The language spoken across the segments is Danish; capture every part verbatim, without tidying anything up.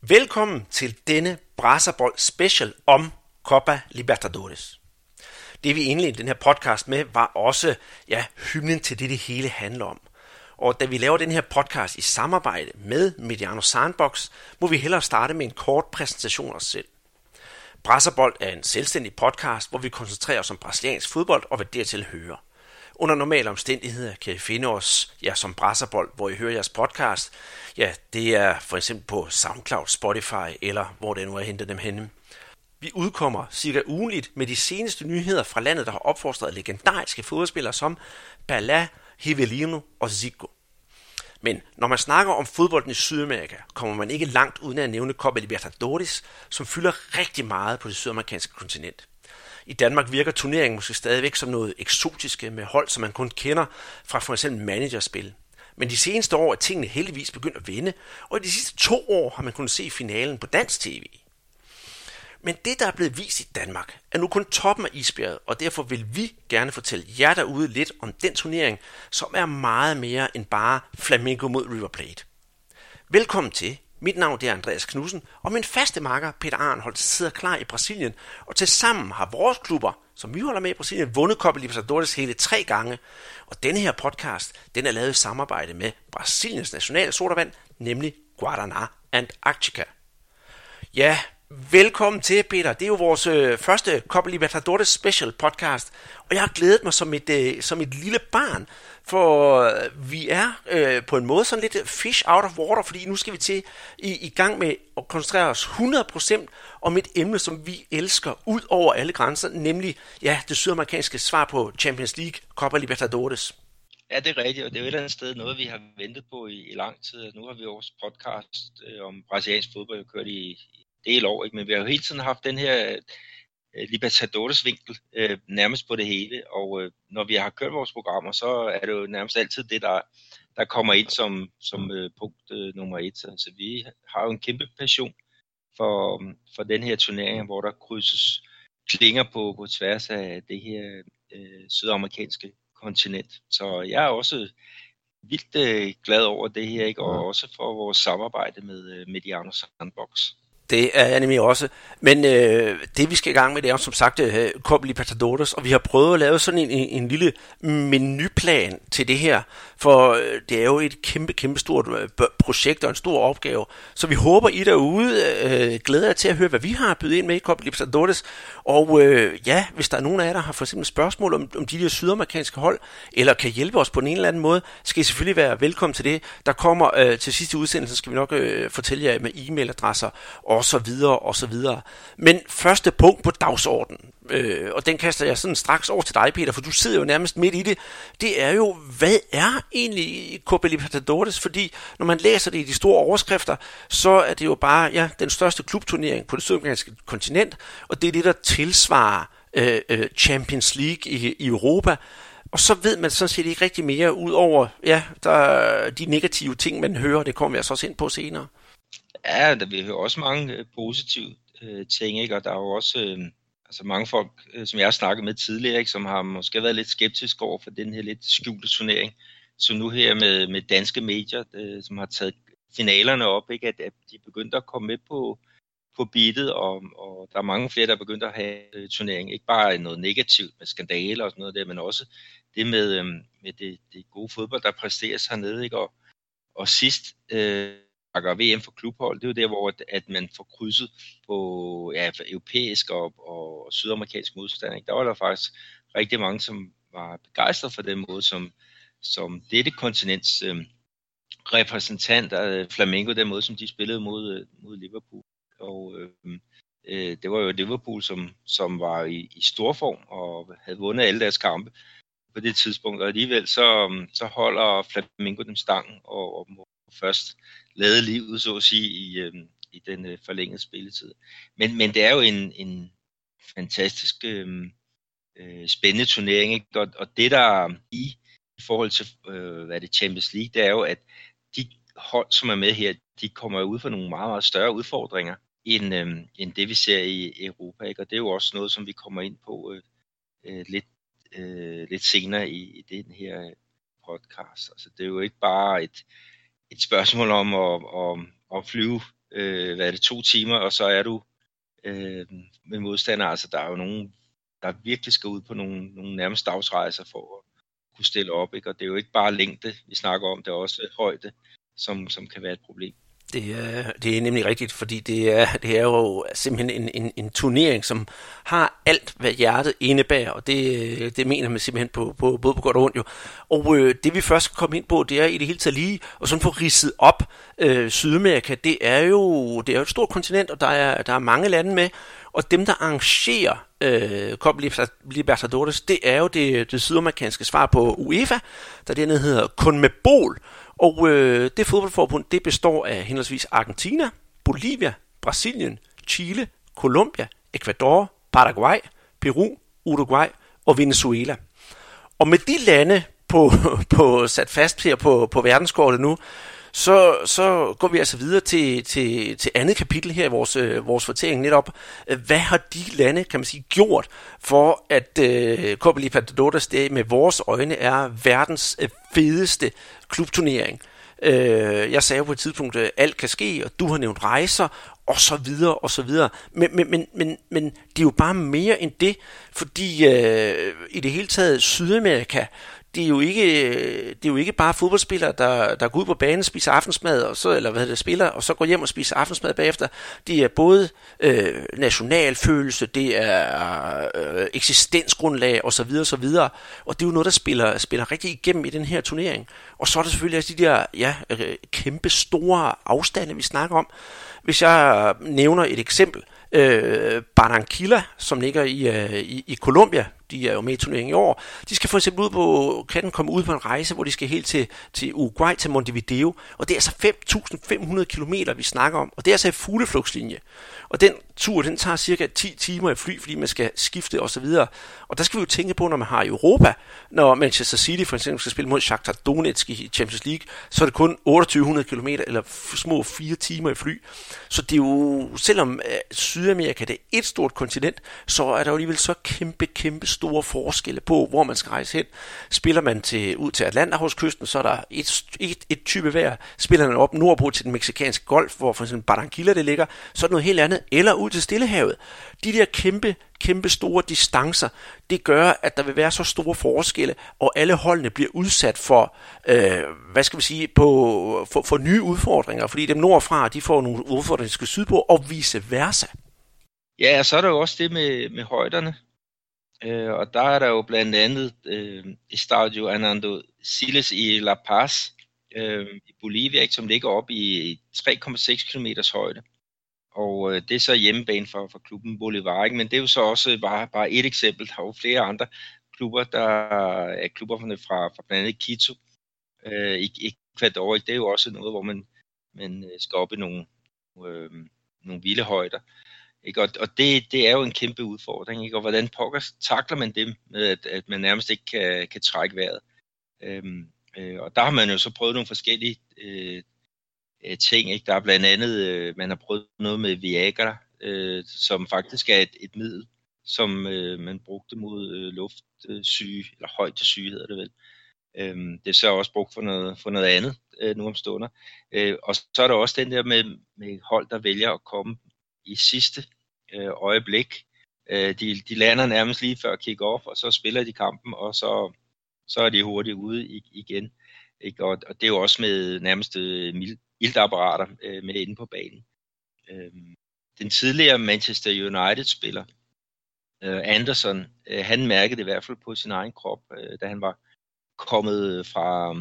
Velkommen til denne Brasserbold special om Copa Libertadores. Det vi indledte den her podcast med var også ja, hymnen til det, det hele handler om. Og da vi laver den her podcast i samarbejde med Mediano Sandbox, må vi hellere starte med en kort præsentation af os selv. Brasserbold er en selvstændig podcast, hvor vi koncentrerer os om brasiliansk fodbold og hvad dertil hører. Under normale omstændigheder kan I finde os ja, som Brasserbold, hvor I hører jeres podcast. Ja, det er for eksempel på SoundCloud, Spotify eller hvor det nu er hentet dem henne. Vi udkommer cirka ugenligt med de seneste nyheder fra landet, der har opfostret legendariske fodboldspillere som Pelé, Rivelino og Zico. Men når man snakker om fodbolden i Sydamerika, kommer man ikke langt uden at nævne Copa Libertadores, som fylder rigtig meget på det sydamerikanske kontinent. I Danmark virker turneringen måske stadigvæk som noget eksotiske med hold, som man kun kender fra for eksempel managerspil. Men de seneste år er tingene heldigvis begyndt at vende, og i de sidste to år har man kunnet se finalen på dansk tv. Men det, der er blevet vist i Danmark, er nu kun toppen af isbjerget, og derfor vil vi gerne fortælle jer derude lidt om den turnering, som er meget mere end bare Flamengo mod River Plate. Velkommen til. Mit navn er Andreas Knudsen, og min faste makker Peter Arnholdt sidder klar i Brasilien, og tilsammen har vores klubber, som vi holder med i Brasilien, vundet Copa Libertadores hele tre gange. Og denne her podcast, den er lavet i samarbejde med Brasiliens nationale sodavand, nemlig Guaraná Antarctica. Ja, velkommen til, Peter. Det er jo vores øh, første Copa Libertadores special podcast, og jeg har glædet mig som et, øh, som et lille barn, for øh, vi er øh, på en måde sådan lidt fish out of water, fordi nu skal vi til i, i gang med at koncentrere os hundrede procent om et emne, som vi elsker ud over alle grænser, nemlig ja, det sydamerikanske svar på Champions League, Copa Libertadores. Ja, det er rigtigt, og det er jo et eller andet sted noget, vi har ventet på i, i lang tid. Nu har vi vores podcast øh, om brasiliansk fodbold kørt i, i del år, ikke? Men vi har jo hele tiden haft den her øh, Libertadores-vinkel øh, nærmest på det hele, og øh, når vi har kørt vores programmer, så er det jo nærmest altid det, der, der kommer ind som, som øh, punkt øh, nummer et. Så vi har jo en kæmpe passion for, for den her turnering, hvor der krydses klinger på, på tværs af det her øh, sydamerikanske kontinent. Så jeg er også vildt øh, glad over det her, ikke? Og også for vores samarbejde med øh, Mediano Sandbox. Det er jeg nemlig også. Men øh, det vi skal i gang med, det er som sagt øh, Copa Libertadores, og vi har prøvet at lave sådan en, en, en lille menuplan til det her, for øh, det er jo et kæmpe, kæmpe stort øh, projekt og en stor opgave. Så vi håber, I derude øh, glæder jer til at høre, hvad vi har bydet ind med i Copa Libertadores. Og øh, ja, hvis der er nogen af jer, der har for eksempel spørgsmål om, om de der sydamerikanske hold, eller kan hjælpe os på en eller anden måde, skal I selvfølgelig være velkommen til det. Der kommer øh, til sidste udsendelse, skal vi nok øh, fortælle jer med e-mailadresser og så videre og så videre. Men første punkt på dagsordenen, øh, og den kaster jeg sådan straks over til dig, Peter, for du sidder jo nærmest midt i det, det er jo, hvad er egentlig Copa Libertadores? Fordi når man læser det i de store overskrifter, så er det jo bare ja, den største klubturnering på det sydamerikanske kontinent, og det er det, der tilsvarer øh, øh, Champions League i, i Europa. Og så ved man sådan set ikke rigtig mere, ud over ja, der, de negative ting, man hører, det kommer jeg så også ind på senere. Ja, der vil høre også mange øh, positive øh, ting, ikke? Og der er jo også øh, altså mange folk, øh, som jeg har snakket med tidligere, ikke? Som har måske været lidt skeptiske over for den her lidt skjulte turnering. Så nu her med, med danske medier, øh, som har taget finalerne op, ikke? At, at de er begyndt at komme med på, på beatet, og, og der er mange flere, der er begyndt at have øh, turnering. Ikke bare noget negativt med skandaler og sådan noget der, men også det med, øh, med det, det gode fodbold, der præsteres hernede, ikke? Og, og sidst... Øh, V M for klubhold, det er jo der, hvor at man får krydset på ja, europæisk og, og sydamerikansk modstand. Ikke? Der var der faktisk rigtig mange, som var begejstrede for den måde, som, som dette kontinents øh, repræsentanter, Flamengo, den måde, som de spillede mod, mod Liverpool. Og øh, øh, det var jo Liverpool, som, som var i, i stor form og havde vundet alle deres kampe på det tidspunkt. Og alligevel så, så holder Flamengo dem stangen og, og må først lade livet, så at sige, i, øh, i den øh, forlængede spilletid. Men, men det er jo en, en fantastisk øh, øh, spændende turnering, ikke? Og, og det der i, i forhold til øh, hvad er det, Champions League, det er jo, at de hold, som er med her, de kommer ud for nogle meget, meget større udfordringer, end, øh, end det vi ser i Europa, ikke? Og det er jo også noget, som vi kommer ind på øh, lidt, øh, lidt senere i, i den her podcast. Altså, det er jo ikke bare et et spørgsmål om at, at, at flyve øh, hvad er det, to timer, og så er du øh, med modstander. Altså, der er jo nogen, der virkelig skal ud på nogle, nogle nærmest dagsrejser for at kunne stille op, ikke? Og det er jo ikke bare længde, vi snakker om, det er også højde, som, som kan være et problem. Det er, det er nemlig rigtigt, fordi det er, det er jo simpelthen en, en, en turnering, som har alt, hvad hjertet indebærer, og det, det mener man simpelthen på, på, både på godt og ondt jo. Og øh, det vi først skal komme ind på, det er i det hele taget lige, og sådan få ridset op, øh, Sydamerika, det er jo det er jo et stort kontinent, og der er, der er mange lande med, og dem, der arrangerer øh, Copa Libertadores, det er jo det, det sydamerikanske svar på UEFA, der dernede hedder CONMEBOL. Og øh, det fodboldforbund, det består af henholdsvis Argentina, Bolivia, Brasilien, Chile, Colombia, Ecuador, Paraguay, Peru, Uruguay og Venezuela. Og med de lande på, på sat fast her på, på verdenskortet nu, så, så går vi altså videre til, til, til andet kapitel her i vores, øh, vores fortælling netop. Hvad har de lande, kan man sige, gjort for, at øh, Copa Libertadores det med vores øjne er verdens øh, fedeste klubturnering? Øh, jeg sagde på et tidspunkt, at alt kan ske, og du har nævnt rejser, og så videre, og så videre. Men, men, men, men, men det er jo bare mere end det, fordi øh, i det hele taget Sydamerika, det er jo ikke, det er jo ikke bare fodboldspillere, der, der går ud på banen, spiser aftensmad, og så, eller hvad det spiller, og så går hjem og spiser aftensmad bagefter. Det er både øh, nationalfølelse, det er øh, eksistensgrundlag, og så videre, og så videre. Og det er jo noget, der spiller, spiller rigtig igennem i den her turnering. Og så er der selvfølgelig også de der ja, kæmpe store afstande, vi snakker om. Hvis jeg nævner et eksempel, øh, Barranquilla, som ligger i, øh, i, i Colombia, de er jo med i turneringen i år, de skal for eksempel ud på, kan den komme ud på en rejse, hvor de skal helt til, til Uruguay, til Montevideo, og det er altså fem tusind fem hundrede kilometer, vi snakker om, og det er altså en fugleflugtslinje. Og den tur, den tager cirka ti timer i fly, fordi man skal skifte og så videre. Og der skal vi jo tænke på, når man har Europa, når Manchester City for eksempel skal spille mod Shakhtar Donetsk i Champions League, så er det kun otteogtyve hundrede kilometer, eller små fire timer i fly. Så det er jo, selvom Sydamerika det er et stort kontinent, så er der jo alligevel så kæmpe, kæmpe store forskelle på, hvor man skal rejse hen. Spiller man til, ud til Atlanterhavskysten, så er der et, et, et type vejr. Spiller man op nordpå til den mexikanske golf, hvor for eksempel Barranquilla det ligger, så er det noget helt andet. Eller ud til Stillehavet. De der kæmpe, kæmpe store distancer, det gør, at der vil være så store forskelle, og alle holdene bliver udsat for, øh, hvad skal vi sige, på, for, for nye udfordringer, fordi dem nordfra, de får nogle udfordringer, de skal sydpå, og vice versa. Ja, og så er der jo også det med, med højderne. Øh, og der er der jo blandt andet øh, Estadio Hernando Siles i La Paz øh, i Bolivia, ikke, som ligger op i tre komma seks kilometers højde. Og øh, det er så hjemmebane for, for klubben Bolivar, ikke? Men det er jo så også bare, bare et eksempel. Der er jo flere andre klubber, der er klubberne fra, fra blandt andet Quito øh, i Ecuador. Det er jo også noget, hvor man, man skal op i nogle, øh, nogle vilde højder. Ikke? Og, og det, det er jo en kæmpe udfordring. Ikke? Og hvordan pokker takler man det med, at, at man nærmest ikke kan, kan trække vejret? Øhm, øh, og der har man jo så prøvet nogle forskellige øh, ting. Ikke? Der er blandt andet, øh, man har prøvet noget med Viagra, øh, som faktisk er et, et middel, som øh, man brugte mod øh, luftsyge, eller højdesyge hedder det vel. Øhm, det er så også brugt for noget, for noget andet øh, nu om stunder. Øh, og så er der også den der med, med hold, der vælger at komme i sidste øh, øjeblik. Øh, de, de lander nærmest lige før kick-off, og så spiller de kampen, og så, så er de hurtigt ude igen. Ikke? Og, og det er jo også med nærmest øh, iltapparater øh, med inde på banen. Øh, den tidligere Manchester United-spiller, øh, Anderson, øh, han mærkede det i hvert fald på sin egen krop, øh, da han var kommet fra,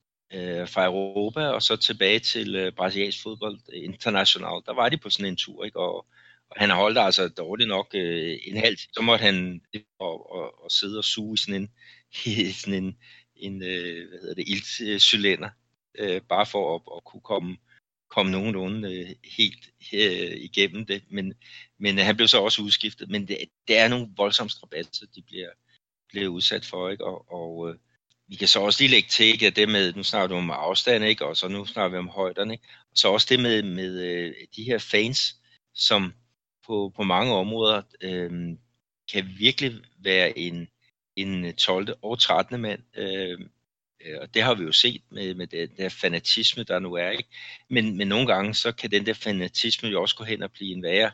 øh, fra Europa og så tilbage til øh, brasiliansk fodbold international. Der var de på sådan en tur, ikke? Og, og han holdt altså dårligt nok øh, en halv time. Så måtte han og, og, og sidde og suge i sådan en, i sådan en, en øh, hvad hedder det, iltcylinder, øh, bare for at, at kunne komme, komme nogenlunde øh, helt øh, igennem det. Men, men han blev så også udskiftet. Men det, det er nogle voldsomme strabadser, de bliver, bliver udsat for, ikke? Og, og øh, vi kan så også lige lægge til, ikke, at det med, nu snakker du om afstand, ikke, og så nu snakker vi om højderne, ikke, og så også det med, med øh, de her fans, som på, på mange områder øh, kan virkelig være en, en tolvte og trettende mand, øh, Og det har vi jo set med, med det der fanatisme, der nu er, ikke? Men, men nogle gange, så kan den der fanatisme jo også gå hen og blive en værre,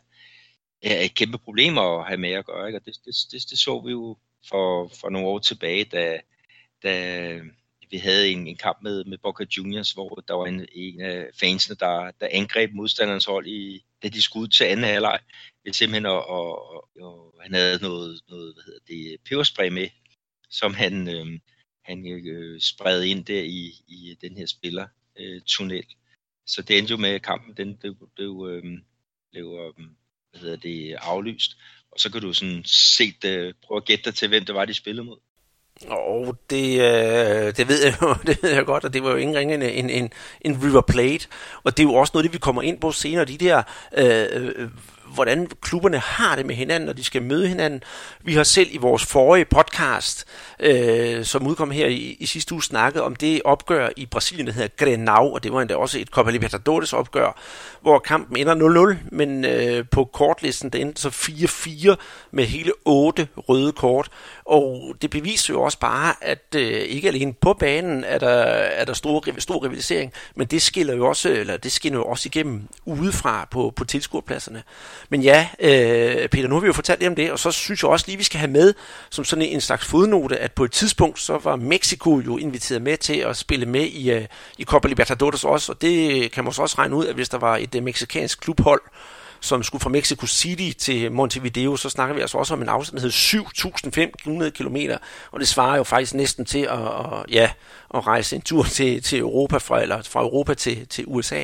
et kæmpe problem at have med at gøre, ikke? Og det, det, det, det så vi jo for, for nogle år tilbage, da, da vi havde en, en kamp med, med Boca Juniors, hvor der var en, en af fansene, der, der angreb modstanderens hold, i, da de skulle ud til anden halvleg. Det simpelthen, og, og, og, og han havde noget, noget hvad hedder det, peberspray med, som han... Øh, han øh, spredte ind der i, i den her spillertunnel. Øh, så det endte jo med, at kampen den blev, blev, øh, blev øh, hvad hedder det, aflyst. Og så kan du sådan set øh, prøve at gætte dig til, hvem det var, de spillede mod. Og det, øh, det ved jeg jo, det ved jeg godt, og det var jo ingen ringe en, en, en River Plate. Og det er jo også noget, det vi kommer ind på senere, de der... Øh, øh, hvordan klubberne har det med hinanden, når de skal møde hinanden. Vi har selv i vores forrige podcast, øh, som udkom her i, i sidste uge, snakket om det opgør i Brasilien, der hedder Grenau, og det var endda også et Copa Libertadores opgør, hvor kampen ender nul nul, men øh, på kortlisten, der endte så fire fire med hele otte røde kort, og det beviser jo også bare, at øh, ikke alene på banen er der, er der stor, stor rivalisering, men det skiller jo også, eller det skinner jo også igennem udefra på, på tilskuerpladserne. Men ja, øh, Peter, nu har vi jo fortalt lidt om det, og så synes jeg også lige, vi skal have med som sådan en slags fodnote, at på et tidspunkt, så var Mexico jo inviteret med til at spille med i, uh, i Copa Libertadores også, og det kan man så også regne ud, at hvis der var et uh, mexicansk klubhold, som skulle fra Mexico City til Montevideo, så snakker vi altså også om en afstand, der hedder syv tusind fem hundrede kilometer, og det svarer jo faktisk næsten til at, at, ja, at rejse en tur til, til Europa, fra, eller fra Europa til, til U S A.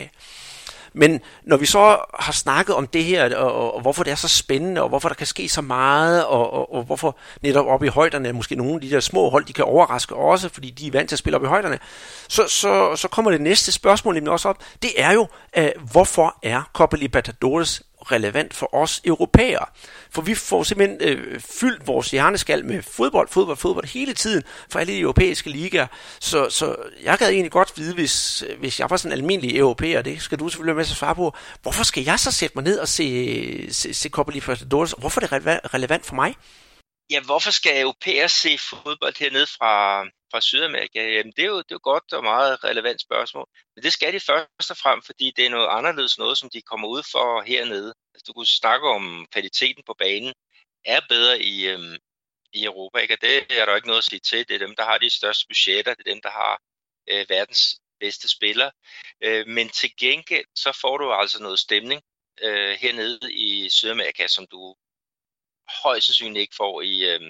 Men når vi så har snakket om det her, og, og, og hvorfor det er så spændende, og hvorfor der kan ske så meget, og, og, og hvorfor netop oppe i højderne, måske nogle af de der små hold, de kan overraske også, fordi de er vant til at spille oppe i højderne, så, så, så kommer det næste spørgsmål nemlig også op. Det er jo, uh, hvorfor er Copa Libertadores relevant for os europæere? For vi får simpelthen øh, fyldt vores hjerneskal med fodbold, fodbold, fodbold hele tiden for alle de europæiske ligaer. Så, så jeg gad egentlig godt vide, hvis, hvis jeg var sådan en almindelig europæer, det skal du selvfølgelig være med til at svare på, hvorfor skal jeg så sætte mig ned og se, se, se Copa Libertadores? Hvorfor er det relevant for mig? Ja, hvorfor skal europæere se fodbold hernede fra, fra Sydamerika? Jamen, det er, jo, det er jo godt og meget relevant spørgsmål. Men det skal de først og fremmest, fordi det er noget anderledes noget, som de kommer ud for hernede. Altså, du kunne snakke om kvaliteten på banen er bedre i, øhm, i Europa, ikke? Og det er der ikke noget at sige til. Det er dem, der har de største budgetter. Det er dem, der har øh, verdens bedste spillere. Øh, men til gengæld, så får du altså noget stemning øh, hernede i Sydamerika, som du højst sandsynligt ikke får i, øhm,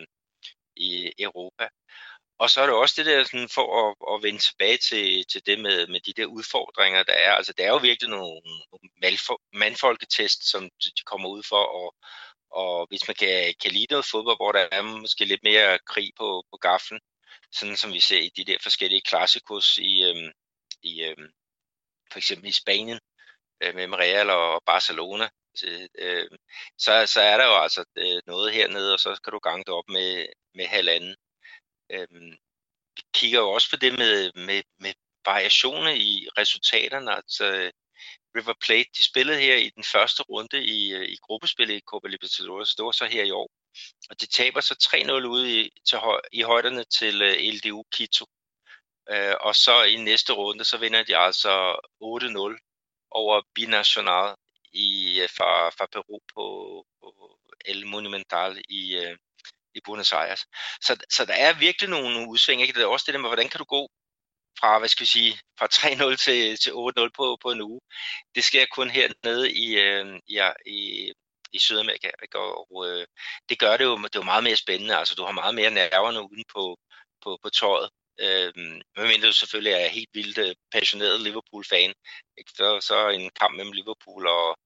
i Europa. Og så er det også det der sådan, for at, at vende tilbage til, til det med, med de der udfordringer, der er. Altså, der er jo virkelig nogle, nogle mandfolketest, som de kommer ud for, og, og hvis man kan, kan lide noget fodbold, hvor der er måske lidt mere krig på, på gaflen, sådan som vi ser i de der forskellige klassikos i, øhm, i øhm, for eksempel i Spanien, øh, med Real og Barcelona, øh, så, så er der jo altså øh, noget hernede, og så kan du gange det op med, med halvanden. Øh, vi kigger jo også på det med, med, med variationer i resultaterne. Altså River Plate, de spillede her i den første runde i, i gruppespillet i Copa Libertadores, det var så her i år, og de taber så tre nul ude i, til, i højderne til uh, L D U Quito. Uh, og så i næste runde, så vinder de altså otte nul over Binacional i, fra, fra Peru på, på El Monumental i, uh, i Buenos Aires. Så, så der er virkelig nogle, nogle udsving, ikke? Det er også det der med, hvordan kan du gå fra, hvad skal vi sige, fra tre nul til, til otte nul på, på en uge. Det sker kun hernede i, øh, ja, i, i Sydamerika, ikke? Og, og øh, det gør det jo, det er jo meget mere spændende. Altså, du har meget mere nerverne uden på, på, på tøjet. Øh, medmindre du selvfølgelig er helt vildt øh, passioneret Liverpool-fan. Ikke? Så, så en kamp mellem Liverpool og,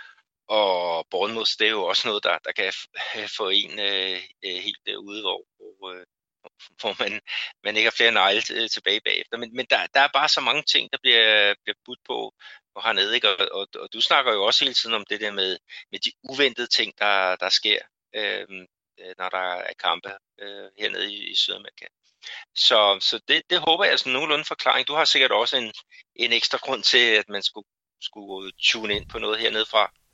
og Bournemouth, det er jo også noget, der, der kan få en øh, helt øh, ude, hvor, hvor øh, hvor man, man ikke har flere negle tilbage bagefter. Men, men der, der er bare så mange ting, der bliver, bliver budt på og hernede, ikke? Og, og, og du snakker jo også hele tiden om det der med, med de uventede ting, der, der sker, øh, når der er kampe øh, hernede i, i Sydamerika. Så, så det, det håber jeg er sådan nogenlunde forklaring. Du har sikkert også en, en ekstra grund til, at man skulle, skulle tune ind på noget hernede fra.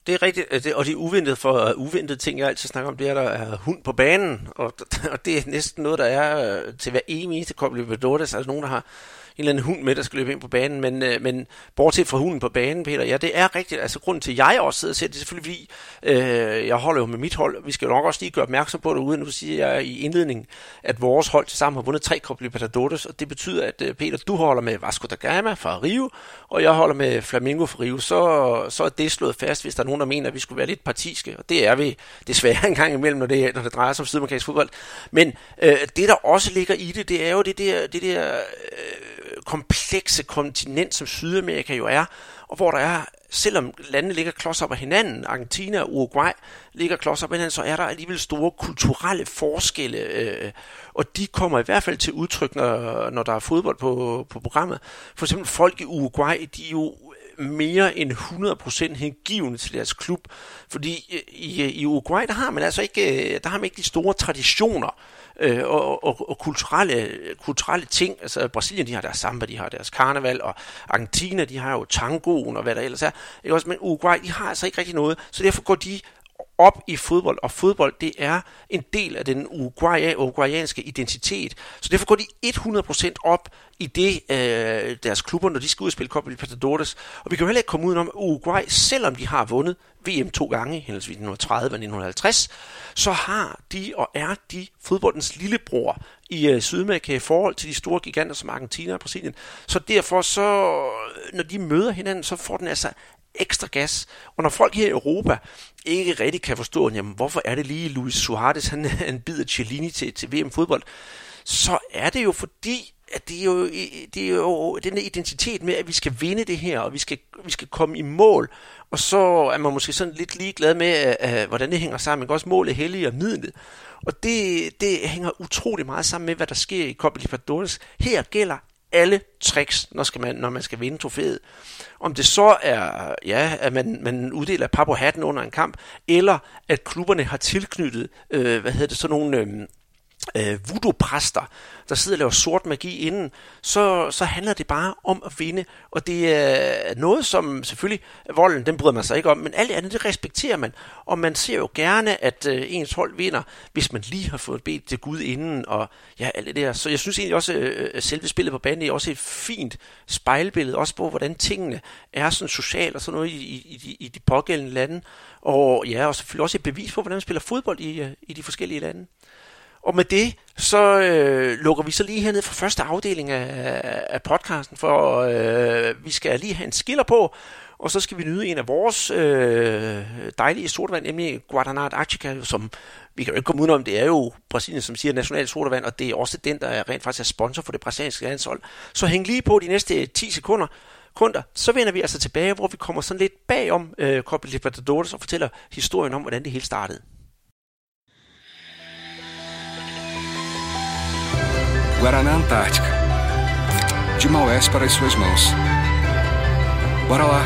Det er rigtigt, og det uventede for uventede ting, jeg altid snakker om, det er, der er hund på banen, og, og det er næsten noget, der er til hver eneste Copa Libertadores, altså nogen, der har en eller anden hund med, der skal løbe ind på banen, men, men bortset fra hunden på banen, Peter, ja, det er rigtigt, altså grunden til, at jeg også sidder og ser, det er selvfølgelig, fordi øh, jeg holder jo med mit hold, vi skal jo nok også lige gøre opmærksom på derude, nu siger jeg i indledningen, at vores hold til sammen har vundet tre Copa Libertadores, og det betyder, at Peter, du holder med Vasco da Gama fra Rio, og jeg holder med Flamengo fra Rio, så, så er det slået fast, hvis der er nogen, der mener, at vi skulle være lidt partiske, og det er vi desværre en gang imellem, når det, når det drejer sig om sydamerikansk fodbold, men øh, det, der også ligger i det, det er jo det der, det der øh, komplekse kontinent, som Sydamerika jo er, og hvor der er, selvom landene ligger klods op af hinanden, Argentina og Uruguay ligger klods op af hinanden, så er der alligevel store kulturelle forskelle, øh, og de kommer i hvert fald til udtryk, når, når der er fodbold på, på programmet. For eksempel folk i Uruguay, de er jo mere end hundrede procent hengivne til deres klub, fordi i, i Uruguay, der har man altså ikke, der har man ikke de store traditioner, Øh, og, og, og kulturelle, kulturelle ting. Altså Brasilien, de har deres samba, de har deres karneval, og Argentina, de har jo tangoen og hvad der ellers er. Ikke også? Men Uruguay, de har altså ikke rigtig noget, så derfor går de op i fodbold, og fodbold, det er en del af den uruguay- uruguayanske identitet. Så derfor går de hundrede procent op i det, øh, deres klubber, når de skal ud og spille Copa Libertadores. Og vi kan jo heller ikke komme udenom Uruguay, selvom de har vundet V M to gange, henholdsvis nitten tredive og nitten halvtreds, så har de og er de fodboldens lillebror i øh, Sydamerika i forhold til de store giganter som Argentina og Brasilien. Så derfor, så, når de møder hinanden, så får den altså ekstra gas. Og når folk her i Europa ikke rigtig kan forstå, jamen, hvorfor er det lige Luis Suarez, han, han bider Chiellini til, til V M-fodbold, så er det jo fordi, at det er jo, det er jo den der identitet med, at vi skal vinde det her, og vi skal, vi skal komme i mål, og så er man måske sådan lidt ligeglad med, uh, hvordan det hænger sammen. Man kan også måle hellige og midlet. Og det, det hænger utrolig meget sammen med, hvad der sker i Copa Libertadores. Her gælder alle tricks, når, skal man, når man skal vinde trofæet. Om det så er, ja, at man, man uddeler pap på hatten under en kamp, eller at klubberne har tilknyttet, øh, hvad hedder det, sådan nogle øh, øh, voodoo-præster, der sidder og laver sort magi inden, så, så handler det bare om at vinde. Og det er noget, som selvfølgelig, volden, den bryder man sig ikke om, men alt andet, det respekterer man. Og man ser jo gerne, at øh, ens hold vinder, hvis man lige har fået bedt til Gud inden, og ja, alt det der. Så jeg synes egentlig også, øh, selve spillet på banen er også et fint spejlbillede, også på, hvordan tingene er sådan socialt og sådan noget i, i, i, i de pågældende lande. Og ja, og selvfølgelig også et bevis på, hvordan man spiller fodbold i, i de forskellige lande. Og med det, så øh, lukker vi så lige herned for første afdeling af, af podcasten, for øh, vi skal lige have en skiller på, og så skal vi nyde en af vores øh, dejlige sodavand, nemlig Guaraná Antarctica, som vi kan jo ikke komme udenom, det er jo Brasilien, som siger national sodavand, og det er også den, der er rent faktisk er sponsor for det brasilianske landshold. Så hæng lige på de næste ti sekunder, kunder, så vender vi altså tilbage, hvor vi kommer sådan lidt bagom øh, Copa Libertadores og fortæller historien om, hvordan det hele startede. Guaraná Antártica. De Maués para as suas mãos. Bora lá.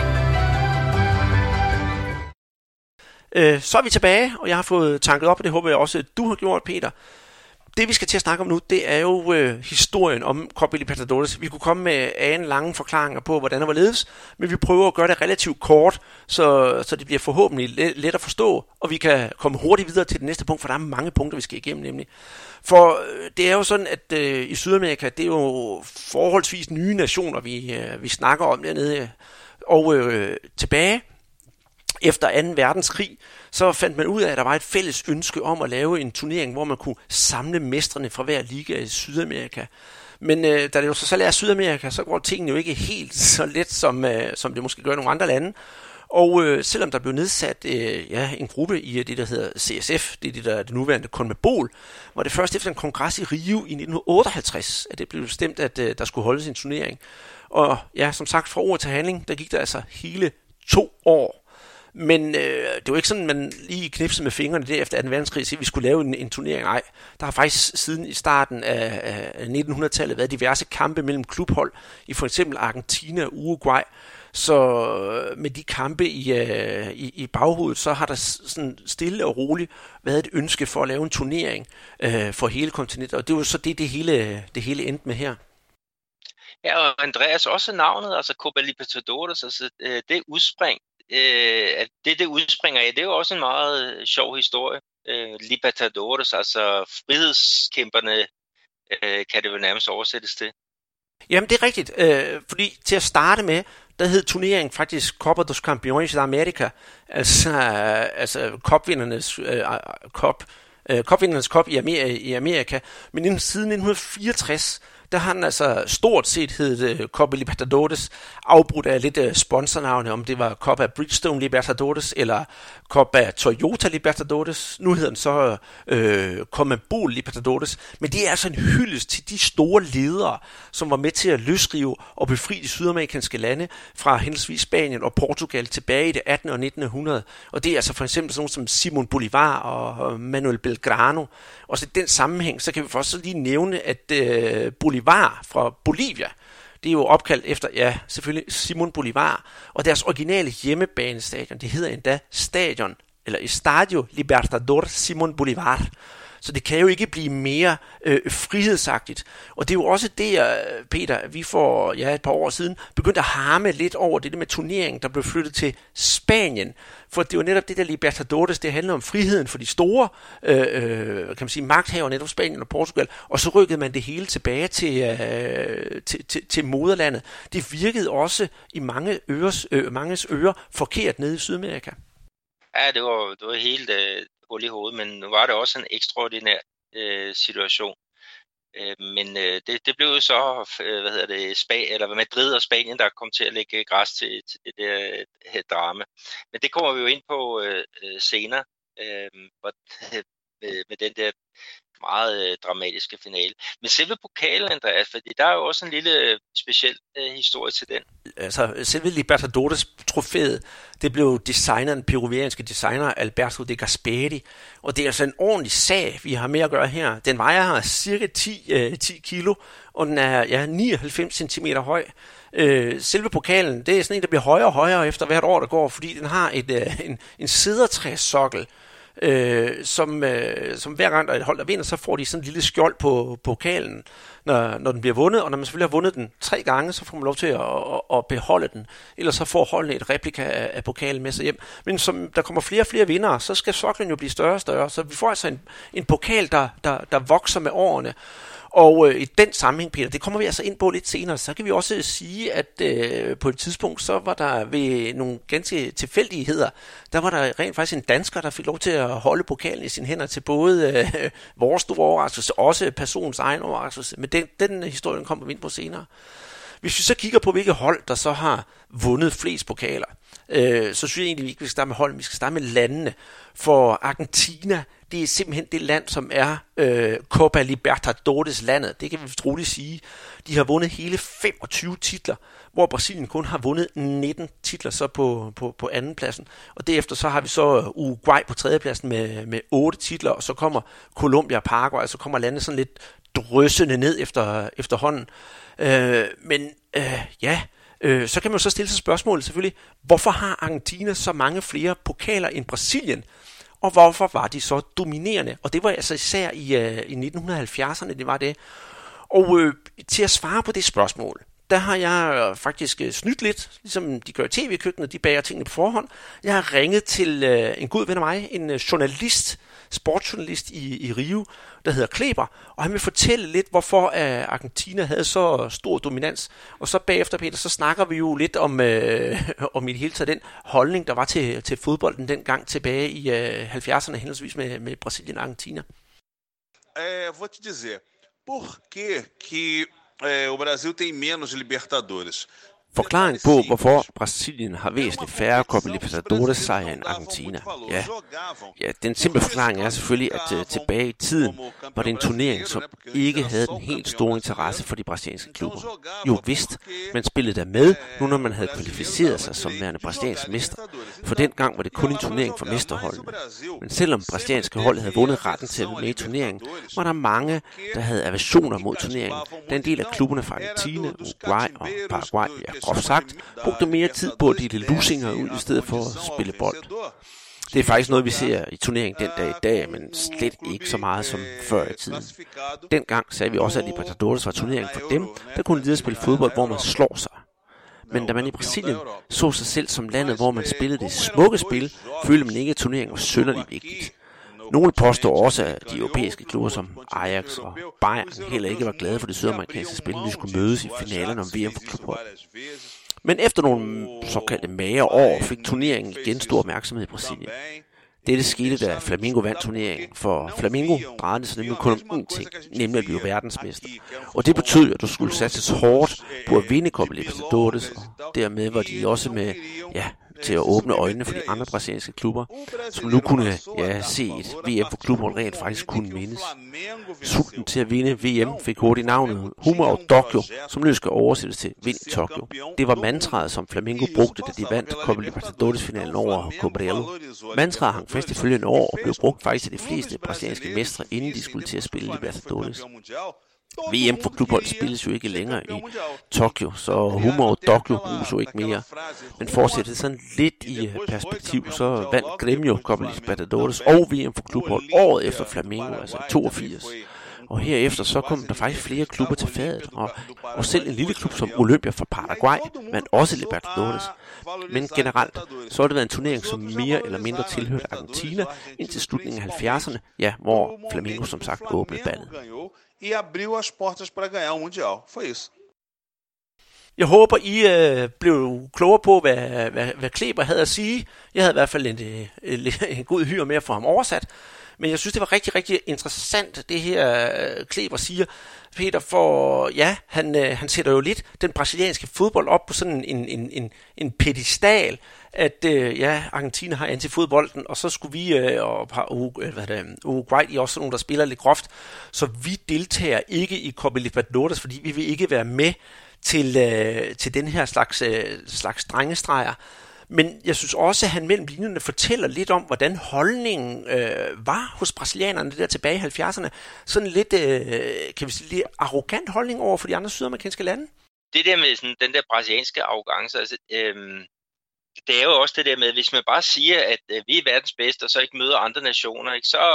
Øh, så er vi tilbage, og jeg har fået tanket op, og det håber jeg også, at du har gjort, Peter. Det vi skal til at snakke om nu, det er jo øh, historien om Copa Libertadores. Vi kunne komme med en lange forklaringer på, hvordan det var ledes, men vi prøver at gøre det relativt kort, så, så det bliver forhåbentlig let, let at forstå, og vi kan komme hurtigt videre til det næste punkt, for der er mange punkter, vi skal igennem nemlig. For øh, det er jo sådan, at øh, i Sydamerika, det er jo forholdsvis nye nationer, vi, øh, vi snakker om dernede, og øh, tilbage efter anden verdenskrig, så fandt man ud af, at der var et fælles ønske om at lave en turnering, hvor man kunne samle mestrene fra hver liga i Sydamerika. Men øh, da det jo så selv er Sydamerika, så går tingene jo ikke helt så let, som, øh, som det måske gør i nogle andre lande. Og øh, selvom der blev nedsat øh, ja, en gruppe i det, der hedder C S F, det er det, der det nuværende CONMEBOL, var det først efter en kongres i Rio i nitten otteoghalvtreds, at det blev bestemt, at øh, der skulle holdes en turnering. Og ja, som sagt, fra ord til handling, der gik der altså hele to år. Men øh, det var ikke sådan, man lige knipsede med fingrene der efter anden verdenskrig, så vi skulle lave en, en turnering. Nej, der har faktisk siden i starten af, af nitten hundrede-tallet været diverse kampe mellem klubhold i for eksempel Argentina og Uruguay. Så med de kampe i, øh, i, i baghovedet, så har der sådan stille og roligt været et ønske for at lave en turnering øh, for hele kontinentet. Og det var så det, det hele, det hele endte med her. Ja, og Andreas, også navnet, altså Copa Libertadores, altså det udspring, øh, at det, det udspringer af, det er jo også en meget sjov historie. Øh, Libertadores, altså frihedskæmperne, øh, kan det jo nærmest oversættes til. Jamen, det er rigtigt, øh, fordi til at starte med, der hed turneringen faktisk Copa dos Campeones de América, altså, øh, altså cupvindernes øh, cup, øh, cupvindernes cup i Amerika, i Amerika. Men inden, siden nitten fireogtres, der har den altså stort set heddet uh, Copa Libertadores, afbrudt af lidt uh, sponsornavne, om det var Copa Bridgestone Libertadores eller Copa Toyota Libertadores. Nu hedder den så uh, Conmebol Libertadores, men det er altså en hyldest til de store ledere, som var med til at løsrive og befri de sydamerikanske lande fra henholdsvis Spanien og Portugal tilbage i det attende og nittende århundrede. Og det er altså for eksempel sådan nogle som Simón Bolívar og Manuel Belgrano. Og så i den sammenhæng, så kan vi først lige nævne, at uh, Bolívar fra Bolivia, det er jo opkaldt efter, ja, selvfølgelig Simón Bolívar, og deres originale hjemmebanestadion, det hedder endda Stadion, eller Estadio Libertador Simón Bolívar. Så det kan jo ikke blive mere øh, frihedsagtigt. Og det er jo også det, Peter, vi for ja, et par år siden begyndte at harme lidt over det der med turneringen, der blev flyttet til Spanien. For det var netop det der Libertadores, det handler om friheden for de store øh, kan man sige, magthavere, netop Spanien og Portugal. Og så rykkede man det hele tilbage til, øh, til, til, til moderlandet. Det virkede også i mange øres, øh, manges ører forkert nede i Sydamerika. Ja, det var, det var helt øh, hul i hovedet, men nu var det også en ekstraordinær øh, situation. Øh, men øh, det, det blev jo så, øh, hvad hedder det, Spa- eller Madrid og Spanien, der kom til at lægge græs til, til det der øh, drama. Men det kommer vi jo ind på øh, senere, øh, med, med den der meget øh, dramatiske finale. Men selve pokalen, Andreas, fordi der er jo også en lille øh, speciel øh, historie til den. Altså, selve Libertadores-trofæet, det blev designet af den peruvianske designer Alberto de Gasperi, og det er altså en ordentlig sag, vi har med at gøre her. Den vejer cirka ti, øh, ti kilo, og den er ja, nioghalvfems centimeter høj. Øh, selve pokalen, det er sådan en, der bliver højere og højere efter hvert år, der går, fordi den har et, øh, en, en cedertræssokkel, Øh, som, øh, som hver gang der er et hold, der vinder, så får de sådan en lille skjold på pokalen, når, når den bliver vundet, og når man selvfølgelig har vundet den tre gange, så får man lov til at, at, at beholde den, ellers så får holdene et replika af, af pokalen med sig hjem. Men som der kommer flere og flere vindere, så skal soklen jo blive større og større, så vi får altså en, en pokal, der, der, der vokser med årene. Og øh, i den sammenhæng, Peter, det kommer vi altså ind på lidt senere, så kan vi også sige, at øh, på et tidspunkt, så var der ved nogle ganske tilfældigheder, der var der rent faktisk en dansker, der fik lov til at holde pokalen i sine hænder til både øh, vores store overraskelse, også personens egen overraskelse. Men den, den historie kommer vi ind på senere. Hvis vi så kigger på, hvilke hold, der så har vundet flest pokaler, øh, så synes jeg egentlig, vi ikke skal starte med holdene, vi skal starte med landene. For Argentina, det er simpelthen det land, som er øh, Copa Libertadores landet. Det kan vi troligt sige. De har vundet hele femogtyve titler, hvor Brasilien kun har vundet nitten titler så på, på, på andenpladsen. Og derefter så har vi så Uruguay på tredjepladsen med, med otte titler, og så kommer Colombia og Paraguay, og så kommer landet sådan lidt dryssende ned efter, efterhånden. Øh, men øh, ja, øh, så kan man jo så stille sig spørgsmålet selvfølgelig, hvorfor har Argentina så mange flere pokaler end Brasilien? Og hvorfor var de så dominerende? Og det var altså især i, øh, i nitten halvfjerdserne, det var det. Og øh, til at svare på det spørgsmål, der har jeg øh, faktisk øh, snydt lidt, ligesom de gør i tv-køkkenet, de bager tingene på forhånd. Jeg har ringet til øh, en god ven af mig, en øh, journalist, sportsjournalist i, i Rio, der hedder Kleber, og han vil fortælle lidt, hvorfor øh, Argentina havde så stor dominans. Og så bagefter, Peter, så snakker vi jo lidt om, øh, om i det hele taget den holdning, der var til, til fodbolden dengang tilbage i øh, halvfjerdserne, henholdsvis med, med Brasilien og Argentina. Jeg vou te dizer, por que que eh, o Brasil tem menos Libertadores? Forklaring på, hvorfor Brasilien har væsentligt færre Copa Libertadores sejre end Argentina. Ja. ja, den simple forklaring er selvfølgelig, at uh, tilbage i tiden var det en turnering, som ikke havde den helt store interesse for de brasilianske klubber. Jo vist, man spillede der med, nu når man havde kvalificeret sig som værende brasiliansk mester. For dengang var det kun en turnering for mesterholdene. Men selvom brasilianske hold havde vundet retten til at være med i turneringen, var der mange, der havde aversioner mod turneringen. Den del af klubberne fra Argentina, Uruguay og Paraguay, ja, groft sagt, brugte mere tid på at dele lusinger ud i stedet for at spille bold. Det er faktisk noget, vi ser i turneringen den dag i dag, men slet ikke så meget som før i tiden. Dengang sagde vi også, at Libertadores var turneringen for dem, der kunne lide at spille fodbold, hvor man slår sig. men da man i Brasilien så sig selv som landet, hvor man spillede det smukke spil, følte man ikke, at turneringen var synderligt vigtigt. Nogle påstår også, at de europæiske klubber som Ajax og Bayern heller ikke var glade for det sydamerikanske spil, når de skulle mødes i finalen om V M for klubhold. Men efter nogle såkaldte magre år fik turneringen igen stor opmærksomhed i Brasilien. Dette skete, da Flamengo vandt turneringen, for Flamengo drejede det sig nemlig kun om én ting, nemlig at blive verdensmester. Og det betød, at du skulle satses hårdt på at vinde Copa Libertadores, og dermed var de også med, ja, til at åbne øjnene for de andre brasilianske klubber, som nu kunne ja, se et V M for klubhold rent faktisk kunne mindes. Sulten til at vinde V M fik hurtigt navnet Rumo ao Tóquio, som nu skal oversættes til Vind i Tokyo. Det var mantraet, som Flamengo brugte, da de vandt Copa Libertadores-finalen over Cobreiro. Mantraet hang fast i følgende år og blev brugt faktisk til de fleste brasilianske mestre, inden de skulle til at spille Libertadores. V M for klubhold spilles jo ikke længere i Tokyo, så Rumo ao Tóquio bruges jo ikke mere. Men fortsætter det sådan lidt i perspektiv, så vandt Grêmio Copa Libertadores og V M for klubhold året efter Flamengo, altså i toogfirs. Og herefter så kom der faktisk flere klubber til fadet, og, og selv en lille klub som Olympia fra Paraguay vandt også Libertadores. Men generelt så har det været en turnering, som mere eller mindre tilhørte Argentina indtil slutningen af halvfjerdserne, ja, hvor Flamengo som sagt åbnede ballet. E abriu as portas para ganhar o Mundial. Foi isso. Jeg håber, I øh, blev klogere på, hvad, hvad, hvad Kleber havde at sige. Jeg havde i hvert fald en, en, en god hyre med at få ham oversat. Men jeg synes, det var rigtig, rigtig interessant, det her Kleber siger. Peter, for ja, han, han sætter jo lidt den brasilianske fodbold op på sådan en, en, en, en pedestal, at øh, ja, Argentina har antifodbolden, og så skulle vi, øh, og uh, hvad det, Uruguay, de er også sådan nogle, der spiller lidt groft, så vi deltager ikke i Copa Libertadores, fordi vi vil ikke være med til, øh, til den her slags, øh, slags drengestreger. Men jeg synes også, at han mellem linjerne fortæller lidt om, hvordan holdningen øh, var hos brasilianerne der tilbage i halvfjerdserne. Sådan lidt, øh, kan vi sige, lidt arrogant holdning over for de andre sydamerikanske lande. Det der med sådan, den der brasilianske arrogance, altså, øhm, det er jo også det der med, hvis man bare siger, at øh, vi er verdens bedste, og så ikke møder andre nationer, ikke, så,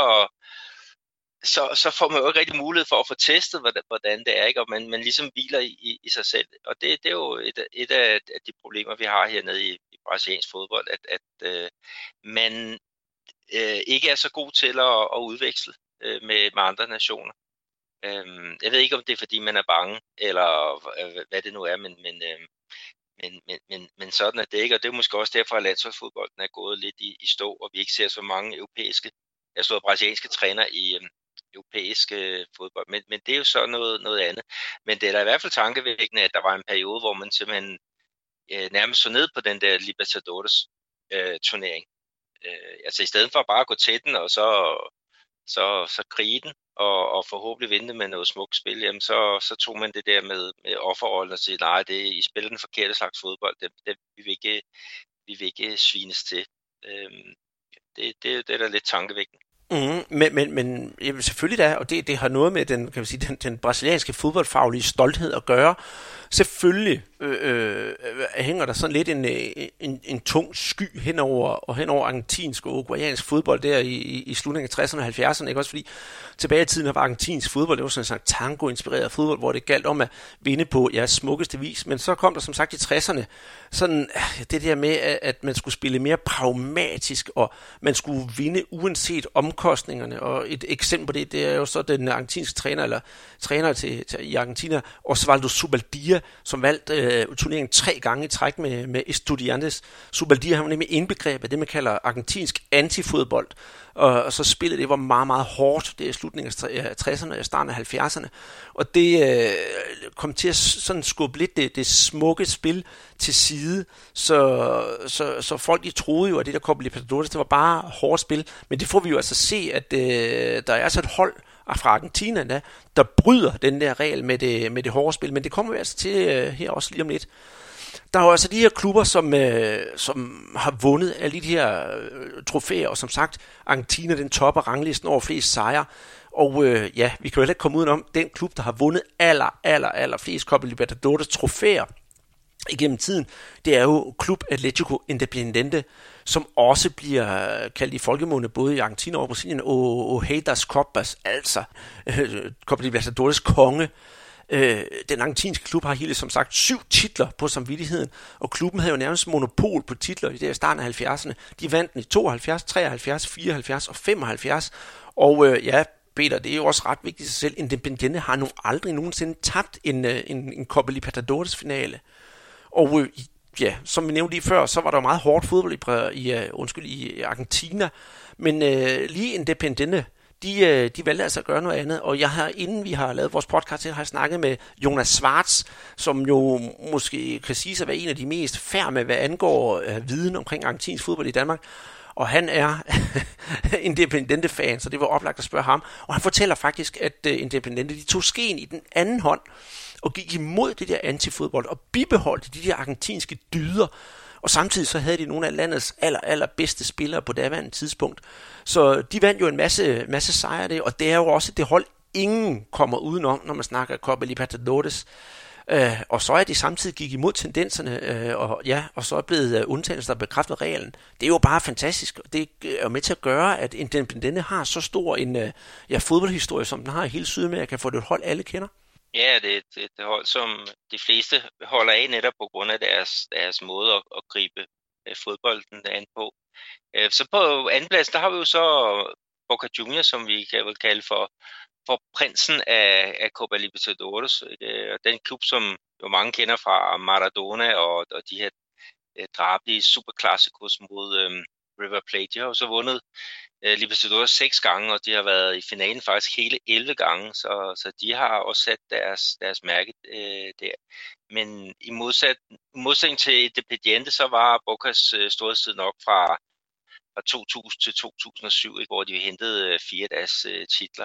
så, så får man jo ikke rigtig mulighed for at få testet, hvordan det er, ikke, og man, man ligesom hviler i, i sig selv. Og det, det er jo et, et af de problemer, vi har hernede i brasiliansk fodbold, at, at øh, man øh, ikke er så god til at, at udveksle øh, med, med andre nationer. Øh, jeg ved ikke, om det er, fordi man er bange, eller øh, hvad det nu er, men, men, øh, men, men, men, men sådan er det ikke, og det er måske også derfor, at landsholdsfodbolden er gået lidt i, i stå, og vi ikke ser så mange europæiske, jeg så brasilianske træner i øh, europæisk øh, fodbold, men, men det er jo så noget, noget andet. Men det er da i hvert fald tankevækkende, at der var en periode, hvor man simpelthen nærmest så ned på den der Libertadores øh, turnering. Øh, altså i stedet for bare at gå til den og så, så, så krige den og, og forhåbentlig vinde med noget smukt spil, jamen så, så tog man det der med, med offerrollen og sige, nej, det, I spiller den forkerte slags fodbold, det, det, vi, vil ikke, vi vil ikke svines til. Øh, det, det, det er da lidt tankevækkende. Mm, men men, men jamen, selvfølgelig da, og det, det har noget med den, kan man sige, den, den brasilianske fodboldfaglige stolthed at gøre. Selvfølgelig øh, øh, hænger der sådan lidt en, en, en tung sky henover, og henover argentinsk og uruguayansk fodbold der i, i, i slutningen af tresserne og halvfjerdserne, ikke også, fordi tilbage i tiden var argentinsk fodbold, det var sådan en tango-inspireret fodbold, hvor det galt om at vinde på ja, smukkeste vis, men så kom der som sagt i tresserne sådan det der med, at man skulle spille mere pragmatisk, og man skulle vinde uanset omkostningerne, og et eksempel på det, det er jo så den argentinske træner, eller træner til, til i Argentina, Osvaldo Zubeldia, som valgte øh, turneringen tre gange i træk med, med Estudiantes. Zubeldia har nemlig indbegrebet det, man kalder argentinsk antifodbold, og, og så spillet det var meget, meget hårdt, det er i slutningen af tresserne og starten af halvfjerdserne, og det øh, kom til at sådan skubbe lidt det, det smukke spil til side, så, så, så folk de troede jo, at det der Copa Libertadores, det var bare hårdt spil, men det får vi jo altså se, at øh, der er altså et hold fra Argentina, der, der bryder den der regel med det, med det hårde spil, men det kommer vi altså til øh, her også lige om lidt. Der er jo altså de her klubber, som, øh, som har vundet alle de her øh, trofæer, og som sagt, Argentina den topper ranglisten over flest sejre, og øh, ja, vi kan jo heller ikke komme udenom den klub, der har vundet aller, aller, aller flest Copa Libertadores trofæer igennem tiden, det er jo Club Atlético Independiente, som også bliver kaldt i folkemunde både i Argentina og Brasilien, og Rei das Copas, altså øh, Copa Libertadores konge. Øh, den argentinske klub har hele som sagt syv titler på samvittigheden, og klubben havde jo nærmest monopol på titler i det starten af halvfjerdserne. De vandt den i tooghalvfjerds, treoghalvfjerds, fireoghalvfjerds og femoghalvfjerds, og øh, ja, Peter, det er jo også ret vigtigt i sig selv. Independiente har nu aldrig nogensinde tabt en, en, en Copa Libertadores finale. Og øh, ja, som vi nævnte lige før, så var der jo meget hårdt fodbold i, i, undskyld, i Argentina, men øh, lige Independiente, de, de valgte altså at gøre noget andet, og jeg har, inden vi har lavet vores podcast, har jeg snakket med Jonas Schwartz, som jo måske kan sige sig at være en af de mest færme, hvad angår øh, viden omkring argentinsk fodbold i Danmark, og han er Independiente-fan, så det var oplagt at spørge ham, og han fortæller faktisk, at uh, Independiente, de tog skeen i den anden hånd, og gik imod det der antifodbold, og bibeholdte de der argentinske dyder, og samtidig så havde de nogle af landets aller, aller bedste spillere på daværende tidspunkt. Så de vandt jo en masse, masse sejre det, og det er jo også det hold, ingen kommer udenom, når man snakker Copa Libertadores. Uh, og så er de samtidig gik imod tendenserne, uh, og ja, og så er blevet uh, undtagelser, der bekræftet reglen. Det er jo bare fantastisk, og det er jo med til at gøre, at Independiente har så stor en uh, ja, fodboldhistorie, som den har i hele Sydamerika, for det et hold, alle kender. Ja, det er et, et hold, som de fleste holder af netop på grund af deres, deres måde at, at gribe uh, fodbolden an på. Uh, så på anden plads, der har vi jo så Boca Juniors, som vi kan vel kalde for for prinsen af, af Copa Libertadores, øh, den klub, som jo mange kender fra Maradona og, og de her øh, drabelige superklassikos mod øh, River Plate. De har jo så vundet øh, Libertadores seks gange, og de har været i finalen faktisk hele elleve gange, så, så de har også sat deres, deres mærke øh, der. Men i modsat, modsætning til Independiente, så var Bocas øh, storhedstid nok fra, fra to tusind til to tusind og syv, ikke, hvor de hentede øh, fire af deres øh, titler.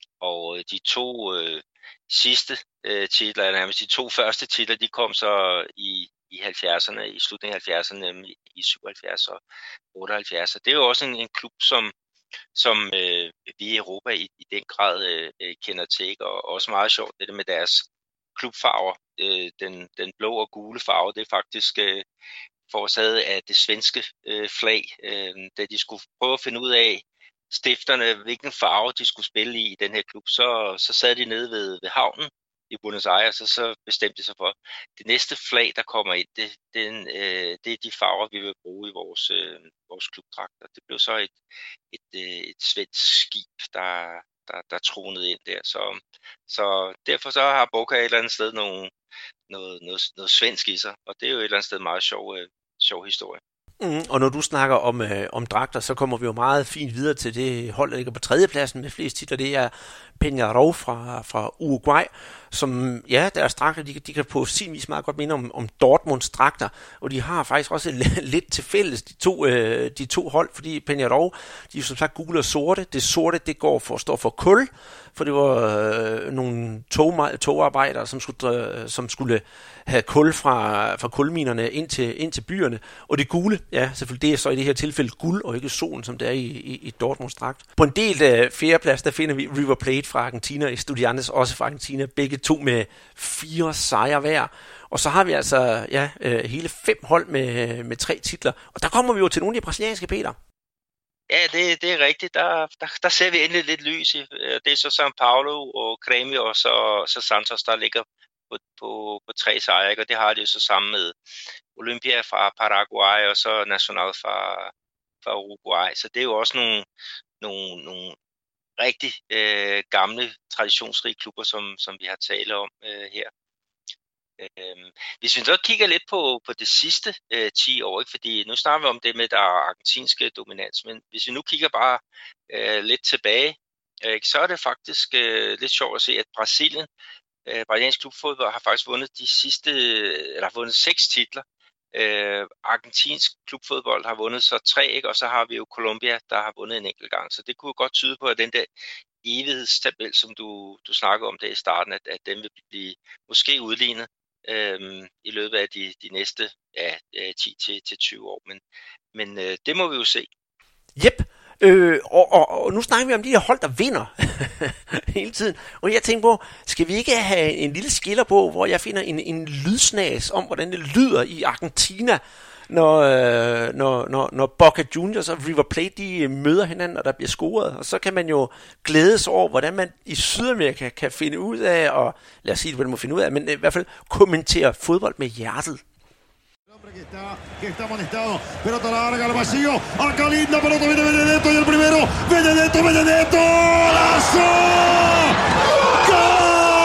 Og de to øh, sidste øh, titler, eller nærmest de to første titler, de kom så i, i halvfjerdserne, i slutningen af halvfjerdserne, nemlig i syvoghalvfjerds og otteoghalvfjerds. Så det er jo også en, en klub, som, som øh, vi i Europa i, i den grad øh, kender til, ikke? Og også meget sjovt, det der med deres klubfarver. Øh, den, den blå og gule farve, det er faktisk øh, forårsaget af det svenske øh, flag, øh, da de skulle prøve at finde ud af, stifterne, hvilken farve de skulle spille i i den her klub, så, så sad de nede ved, ved havnen i Buenos Aires, og så bestemte de sig for, det næste flag, der kommer ind, det, den, øh, det er de farver, vi vil bruge i vores, øh, vores klubdragter. Det blev så et, et, et, et svensk skib, der, der, der tronede ind der. Så, så derfor så har Boca et eller andet sted nogle, noget, noget, noget svensk i sig, og det er jo et eller andet sted meget sjov, øh, sjov historie. Mm, og når du snakker om, øh, om dragter, så kommer vi jo meget fint videre til det hold, der ligger på tredjepladsen med flest titler. Det er Peñarol fra, fra Uruguay, som, ja, deres dragter, de, de kan på sin vis meget godt minde om, om Dortmunds dragter, og de har faktisk også lidt til fælles, de to, øh, de to hold, fordi Peñarol, de er som sagt gule og sorte. Det sorte, det går for, står for kul, for det var øh, nogle tog, togarbejdere, som skulle, øh, som skulle have kul fra, fra kulminerne ind til, ind til byerne, og det gule, ja, selvfølgelig det er så i det her tilfælde guld, og ikke solen, som det er i, i, i Dortmunds dragt. På en del af fjerdeplads, der finder vi River Plate fra Argentina, Estudiantes også fra Argentina, begge to med fire sejre hver. Og så har vi altså ja, hele fem hold med, med tre titler. Og der kommer vi jo til nogle af de brasilianske, Peter. Ja, det, det er rigtigt. Der, der, der ser vi endelig lidt lys i. Det er så São Paulo og Grêmio og så, så Santos, der ligger på, på, på tre sejre. Ikke? Og det har de jo så sammen med Olympia fra Paraguay og så Nacional fra, fra Uruguay. Så det er jo også nogle, nogle, nogle rigtig øh, gamle, traditionsrige klubber, som, som vi har talt om øh, her. Øh, hvis vi så kigger lidt på, på det sidste øh, ti år, ikke? Fordi nu snakker vi om det med der argentinske dominans, men hvis vi nu kigger bare øh, lidt tilbage, øh, så er det faktisk øh, lidt sjovt at se, at Brasilien, øh, brasiliansk klubfodbold, har faktisk vundet de sidste, eller har vundet seks titler. Øh, argentinsk klubfodbold har vundet så tre, ikke? Og så har vi jo Colombia, der har vundet en enkelt gang. Så det kunne godt tyde på, at den der evighedstabel, som du, du snakker om det i starten, at, at den vil blive måske udlignet øh, i løbet af de, de næste ja, ti til tyve år. Men, men øh, det må vi jo se. Jep. Øh, og, og, og nu snakker vi om de her hold, der vinder hele tiden. Og jeg tænker på, skal vi ikke have en lille skiller på, hvor jeg finder en, en lydsnas om, hvordan det lyder i Argentina, når, øh, når, når, når Boca Juniors og River Plate de møder hinanden, og der bliver scoret. Og så kan man jo glædes over, hvordan man i Sydamerika kan finde ud af, og lad os sige, hvad man må finde ud af, men i hvert fald kommentere fodbold med hjertet. Que está, que está amonestado, pelota larga al vacío, acá linda pelota, viene Benedetto y el primero, Benedetto, Benedetto, ¡golazo! ¡Gol!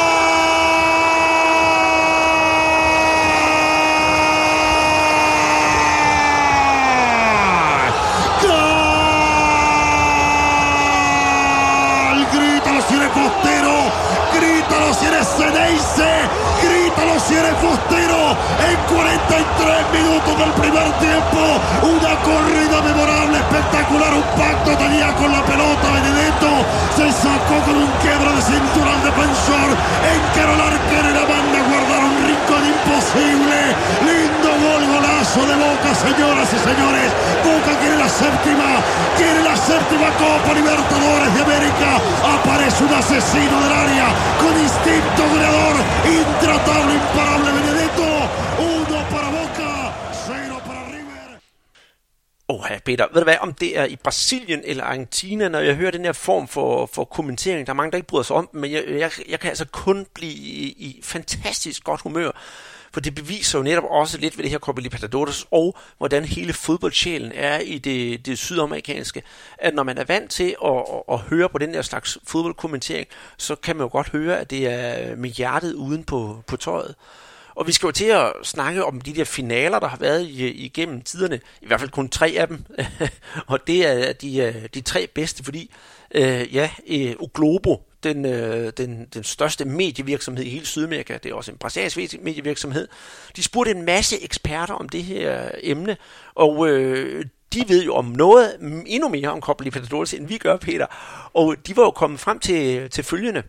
¡Gol! Grítalo si eres Fostero, grítalo si eres Ceneice, grítalo si eres Fostero, en cuarenta y tres minutos del primer tiempo, una corrida memorable, espectacular, un pacto tenía con la pelota, Benedetto se sacó con un quiebro de cintura al defensor, encaró al arquero y la manda a guardar un rincón imposible, lindo gol, golazo de Boca, señoras y señores, Boca quiere la séptima, quiere la séptima Copa Libertadores de América, aparece un asesino del área, con instinto goleador, intratable, imparable Benedetto, uno para Boca, cero para River. Åh, oh, Peter, ved du hvad, om det er i Brasilien eller Argentina, når jeg hører den her form for, for kommentering, der er mange, der ikke bryder sig om, men jeg, jeg, jeg kan altså kun blive i, i fantastisk godt humør, for det beviser jo netop også lidt ved det her Copa Libertadores, og hvordan hele fodboldsjælen er i det, det sydamerikanske, at når man er vant til at, at, at høre på den der slags fodboldkommentering, så kan man jo godt høre, at det er med hjertet uden på, på tøjet. Og vi skal jo til at snakke om de der finaler, der har været igennem tiderne. I hvert fald kun tre af dem. Og det er de, de tre bedste, fordi øh, ja, O Globo, den, øh, den, den største medievirksomhed i hele Sydamerika, det er også en brasiliansk medievirksomhed, de spurgte en masse eksperter om det her emne, og øh, de ved jo om noget endnu mere om Copa Libertadores, end vi gør, Peter. Og de var jo kommet frem til, til følgende.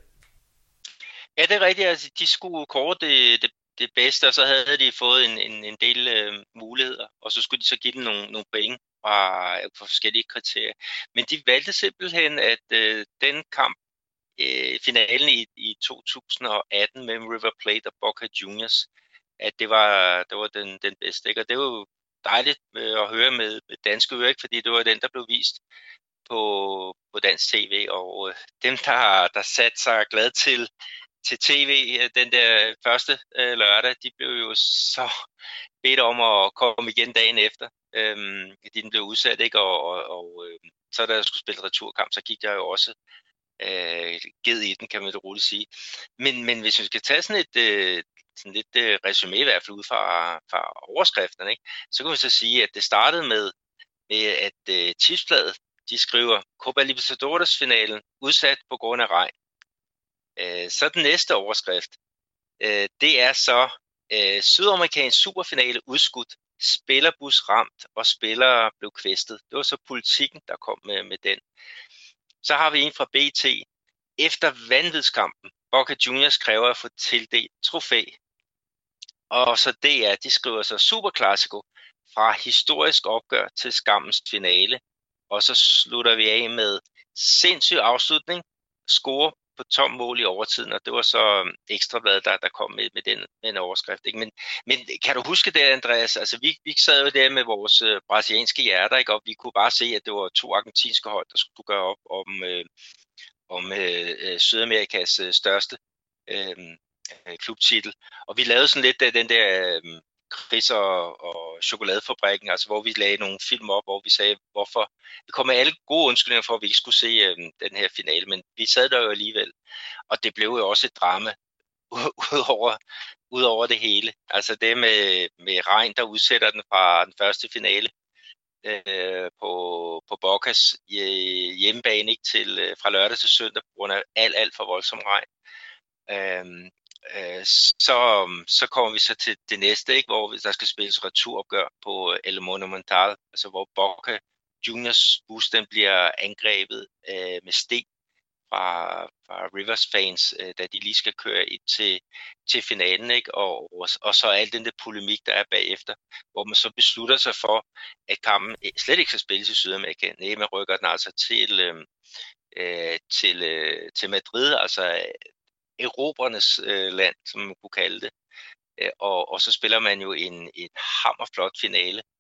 Ja, det er rigtigt. Altså, de skulle kåre det, det det bedste, og så havde de fået en, en, en del øh, muligheder, og så skulle de så give dem nogle, nogle point fra, fra forskellige kriterier. Men de valgte simpelthen, at øh, den kamp, øh, finalen i, i to tusind atten mellem River Plate og Boca Juniors, at det var, det var den, den bedste. Ikke? Og det var jo dejligt øh, at høre med, med danske ører, ikke? Fordi det var den, der blev vist på, på dansk tv, og øh, dem, der, der satte sig glad til til tv den der første øh, lørdag, de blev jo så bedt om at komme igen dagen efter, øhm, fordi den blev udsat, ikke? Og, og, og øh, så da jeg skulle spille returkamp, så gik jeg jo også øh, ged i den, kan man det roligt sige. Men, men hvis vi skal tage sådan et øh, sådan lidt øh, resumé, i hvert fald ud fra, fra overskrifterne, ikke? Så kan vi så sige, at det startede med, med at øh, Tipsbladet, de skriver Copa Libertadores-finalen udsat på grund af regn. Så den næste overskrift, det er så sydamerikansk superfinale udskudt, spillerbus ramt og spillere blev kvæstet. Det var så Politikken, der kom med, med den. Så har vi en fra B T. Efter vanvidskampen, Boca Juniors kræver at få tildelt trofæ. Og så D R, de skriver så Superclásico fra historisk opgør til skammens finale. Og så slutter vi af med sindssyg afslutning, score på tom mål i overtiden, og det var så Ekstrabladet, der, der kom med, med, den, med en overskrift. Ikke? Men, men kan du huske det, Andreas? Altså, vi, vi sad jo der med vores øh, brasilianske hjerter, ikke? Og vi kunne bare se, at det var to argentinske hold, der skulle gøre op om, øh, om øh, Sydamerikas øh, største øh, klubtitel. Og vi lavede sådan lidt af den der øh, Chris og, og Chokoladefabrikken, altså hvor vi lagde nogle film op, hvor vi sagde, hvorfor vi kom med alle gode undskyldninger for, at vi ikke skulle se øh, den her finale, men vi sad der jo alligevel, og det blev jo også et drama ud over, ud over det hele. Altså det med, med regn, der udsætter den fra den første finale øh, på, på Bocas hjemmebane, ikke, til, øh, fra lørdag til søndag, på grund af alt, alt for voldsom regn. Øh, Så, så kommer vi så til det næste, ikke, hvor der skal spilles returopgør på El Monumental, altså hvor Boca Juniors bus den bliver angrebet øh, med sten fra, fra Rivers fans, øh, da de lige skal køre ind til, til finalen, ikke, og, og, og så al den der polemik, der er bagefter, hvor man så beslutter sig for, at kampen slet ikke skal spilles i Sydamerika. Nej, man rykker den altså til, øh, til, øh, til Madrid, altså erobrernes øh, land, som man kunne kalde det. Øh, og, og så spiller man jo en et hammerflot finale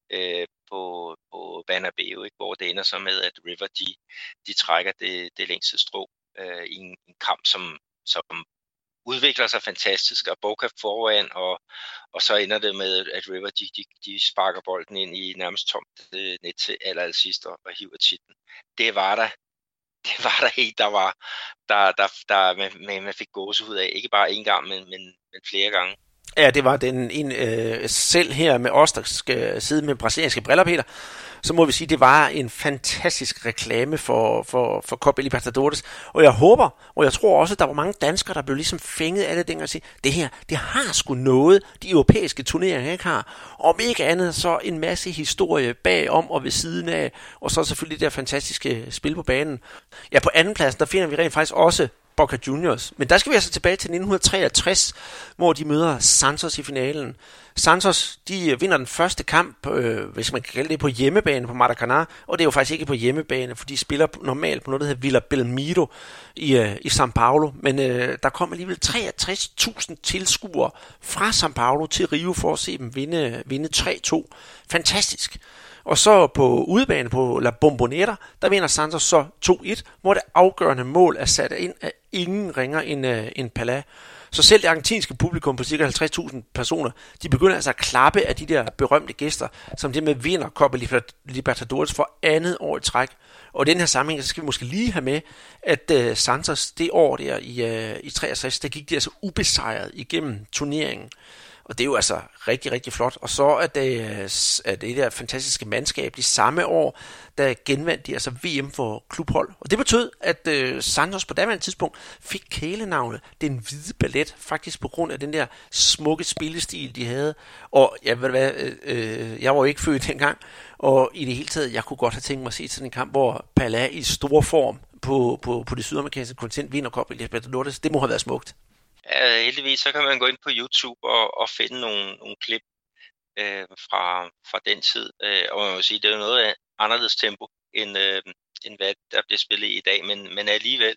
øh, på, på Bernabeu, ikke? Hvor det ender så med, at River de, de trækker det, det længste strå øh, i en, en kamp, som, som udvikler sig fantastisk, og Boca foran, og, og så ender det med, at River de, de, de sparker bolden ind i nærmest tomt øh, net til aller, aller sidst og, og hiver titlen. Det var der det var der helt, der var, der, der, der man, man fik gåsehud af, ikke bare en gang, men, men, men flere gange. Ja, det var den en, øh, selv her med os, der skal sidde med brasilianske briller, Peter, så må vi sige, det var en fantastisk reklame for, for, for Copa Libertadores. Og jeg håber, og jeg tror også, at der var mange danskere, der blev ligesom fænget af det dengang og sige, det her, det har sgu noget, de europæiske turneringer ikke har. Om ikke andet, så en masse historie bagom og ved siden af, og så selvfølgelig det der fantastiske spil på banen. Ja, på anden plads, der finder vi rent faktisk også Boca Juniors. Men der skal vi altså tilbage til nitten treogtres, hvor de møder Santos i finalen. Santos, de vinder den første kamp, øh, hvis man kan kalde det, på hjemmebane på Maracanã, og det er jo faktisk ikke på hjemmebane, for de spiller normalt på noget, der hedder Villa Belmiro i, øh, i São Paulo, men øh, der kom alligevel treogtres tusind tilskuere fra São Paulo til Rio for at se dem vinde, vinde tre to. Fantastisk. Og så på udebane på La Bombonera, der vinder Santos så to et, hvor det afgørende mål er sat ind af ingen ringer end, uh, end Pelé. Så selv det argentinske publikum på ca. halvtreds tusind personer, de begynder altså at klappe af de der berømte gæster, som det med vinder Copa Libertadores for andet år i træk. Og i den her sammenhæng, så skal vi måske lige have med, at uh, Santos det år der i, uh, i treogtres, der gik de altså ubesejret igennem turneringen. Og det er jo altså rigtig, rigtig flot. Og så er det, er det der fantastiske mandskab de samme år, der genvandt de altså V M for klubhold. Og det betød, at øh, Santos på daværende tidspunkt fik kælenavnet Den Hvide Ballet, faktisk på grund af den der smukke spillestil, de havde. Og ja, ved du hvad, øh, jeg var jo ikke født dengang, og i det hele taget, jeg kunne godt have tænkt mig at se sådan en kamp, hvor Pelé i stor form på, på, på det sydamerikanske kontinent vinder Copa Libertadores. Det må have været smukt. Ja, heldigvis så kan man gå ind på YouTube og, og finde nogle, nogle klip øh, fra, fra den tid. Øh, og man må sige, det er jo noget af anderledes tempo, end, øh, end hvad der bliver spillet i dag. Men, men alligevel,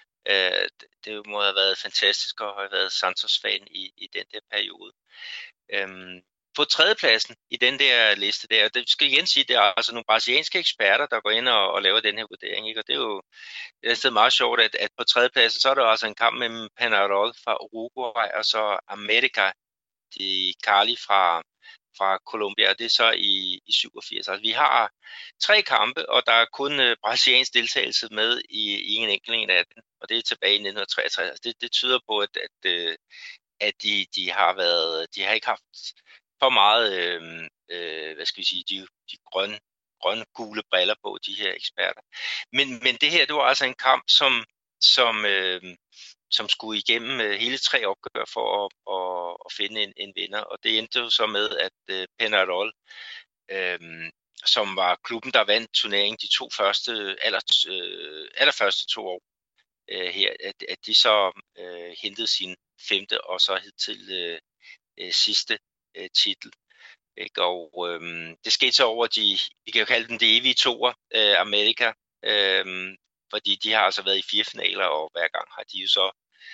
øh, det må have været fantastisk at have været Santos-fan i, i den der periode. Øh, på tredjepladsen i den der liste der, det skal igen sige, det er altså nogle brasilianske eksperter, der går ind og, og laver den her vurdering, ikke? Og det er jo det er meget sjovt, at, at på tredjepladsen, så er der altså en kamp mellem Peñarol fra Uruguay, og så América de Cali fra, fra Colombia, og det er så i, i syvogfirs. Altså vi har tre kampe, og der er kun uh, brasiliansk deltagelse med i, i en enkelt en af dem, og det er tilbage i nitten treogtres. Altså det, det tyder på, at, at, at de, de har været, de har ikke haft for meget, øh, øh, hvad skal vi sige, de, de grønne, grønne, gule briller på, de her eksperter. Men, men det her, det var altså en kamp, som, som, øh, som skulle igennem øh, hele tre opgør for at, at, at finde en, en vinder. Og det endte jo så med, at øh, Peñarol, øh, som var klubben, der vandt turneringen de to første, aller, øh, allerførste to år øh, her, at, at de så øh, hentede sin femte og så hidtil øh, øh, sidste titel. Ikke? Og øhm, det skete så over de, vi kan jo kalde dem de evige toer, øh, Amerika, øhm, fordi de har altså været i fire finaler, og hver gang har de jo så,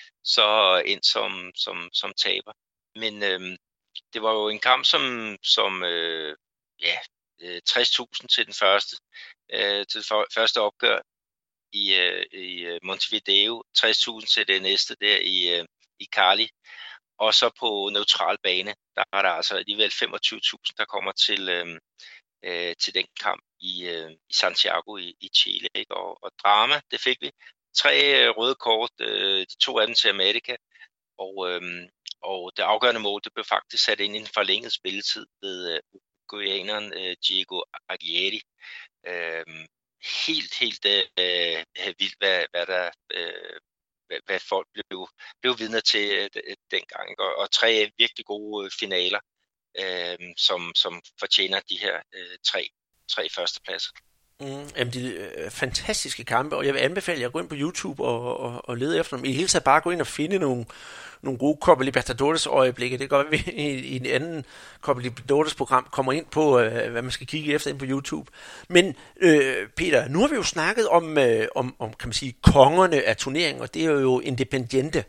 så endt som, som, som taber. Men øhm, det var jo en kamp, som, som øh, ja, tres tusind til den første, øh, til for, første opgør i, øh, i Montevideo, tres tusind til det næste der i, øh, i Cali. Og så på neutral bane, der er der altså alligevel femogtyve tusind, der kommer til, øh, øh, til den kamp i, øh, i Santiago i, i Chile. Ikke? Og, og drama, det fik vi. Tre øh, røde kort, øh, de to af dem til Amerika. Og, øh, og det afgørende mål, det blev faktisk sat ind i en forlænget spilletid ved øh, uruguayaneren øh, Diego Aguirre. Øh, helt, helt øh, vildt, hvad, hvad der... Øh, hvad folk blev, blev vidner til øh, dengang, og, og tre virkelig gode øh, finaler, øh, som, som fortjener de her øh, tre, tre førstepladser. Mm, jamen, de øh, fantastiske kampe, og jeg vil anbefale jer at gå ind på YouTube og, og, og lede efter dem. I hele taget bare gå ind og finde nogle, nogle gode Copa Libertadores øjeblikke. Det går vi i, i en anden Copa Libertadores program kommer ind på, øh, hvad man skal kigge efter ind på YouTube. Men øh, Peter, nu har vi jo snakket om, øh, om, om kan man sige, kongerne af turneringen, og det er jo Independiente.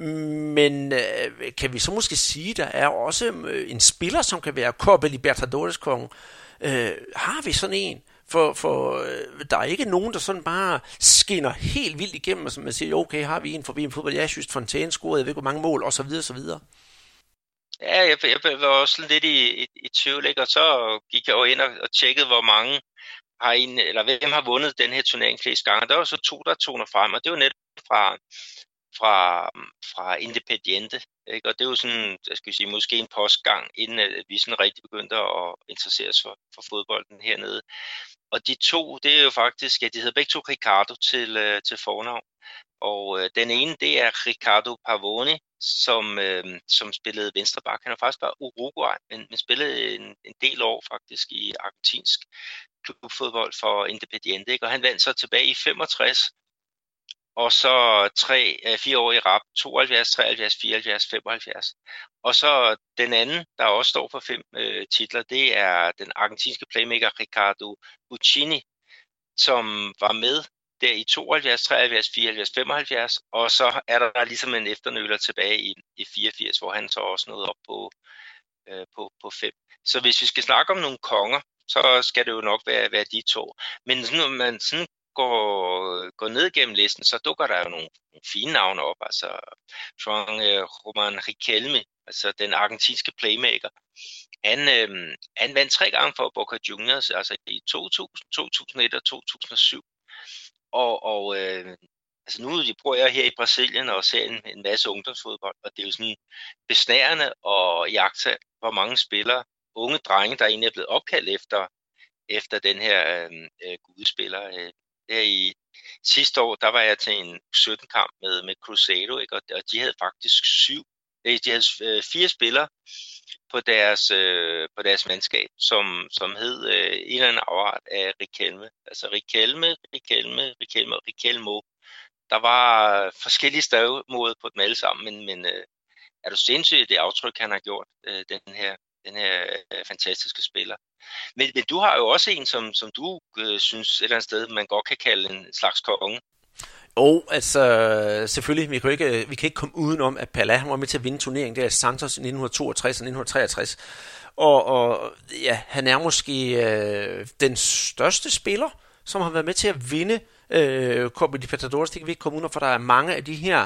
Men øh, kan vi så måske sige, der er også øh, en spiller, som kan være Copa Libertadores konge? Øh, har vi sådan en? For, for øh, der er ikke nogen, der sådan bare skinner helt vildt igennem, og som man siger, okay, har vi en for V M fodbold? Ja, jeg synes, Fontæne scorede, jeg ved ikke, hvor mange mål, og så videre, så videre. Ja, jeg, jeg var også lidt i, i, i tvivl, ikke? Og så gik jeg jo ind og, og tjekkede, hvor mange har en, eller hvem har vundet den her turnering flest gange. Der var så to, der toner frem, og det var netop fra, fra, fra Independiente, ikke? Og det er jo sådan, jeg skal sige, måske en postgang, inden at vi sådan rigtig begyndte at interessere os for, for fodbolden hernede. Og de to, det er jo faktisk, ja, de hedder begge to Ricardo til, øh, til fornavn. Og øh, den ene, det er Ricardo Pavoni, som, øh, som spillede venstreback. Han har faktisk bare Uruguay, men, men spillede en, en del år faktisk i argentinsk klubfodbold for Independiente, ikke? Og han vandt så tilbage i femogtres, og så tre, øh, fire år i rap, tooghalvfjerds, treoghalvfjerds, fireoghalvfjerds, femoghalvfjerds. Og så den anden, der også står for fem øh, titler, det er den argentinske playmaker Ricardo Buccini, som var med der i tooghalvfjerds, treoghalvfjerds, fireoghalvfjerds, femoghalvfjerds, og så er der ligesom en efternøler tilbage i, i fireogfirs, hvor han så også nåede op på, øh, på, på fem. Så hvis vi skal snakke om nogle konger, så skal det jo nok være, være de to. Men sådan, når man sådan går, går ned gennem listen, så dukker der jo nogle, nogle fine navne op. Altså Juan øh, Roman Riquelme, altså den argentinske playmaker. Han, øh, han vandt tre gange for Boca Juniors, altså i to tusind, to tusind og et og to tusind og syv. Og, og øh, altså nu bor jeg her i Brasilien og ser en, en masse ungdomsfodbold, og det er jo sådan besnærende at jagte, hvor mange spillere, unge drenge, der egentlig er blevet opkaldt efter, efter den her øh, gudespiller. Øh, der i sidste år, der var jeg til en sytten kamp med, med Cruzeiro, ikke? Og, og de havde faktisk syv, de havde øh, fire spillere på deres, øh, på deres mandskab, som, som hed øh, en eller anden afart af Riquelme. Altså Riquelme, Riquelme, Riquelme og Riquelmo. Der var forskellige stavemåder på dem alle sammen, men, men øh, er du sindssygt det aftryk, han har gjort, øh, den her, den her øh, fantastiske spiller. Men, men du har jo også en, som, som du øh, synes et eller andet sted, man godt kan kalde en slags konge. Og altså, selvfølgelig, vi kan ikke, vi kan ikke komme udenom, at Pelé, han var med til at vinde turneringen der i Santos i nitten toogtres og nitten treogtres. Og, og ja, han er måske øh, den største spiller, som har været med til at vinde øh, Copa Libertadores. Det kan vi ikke komme udenom, for der er mange af de her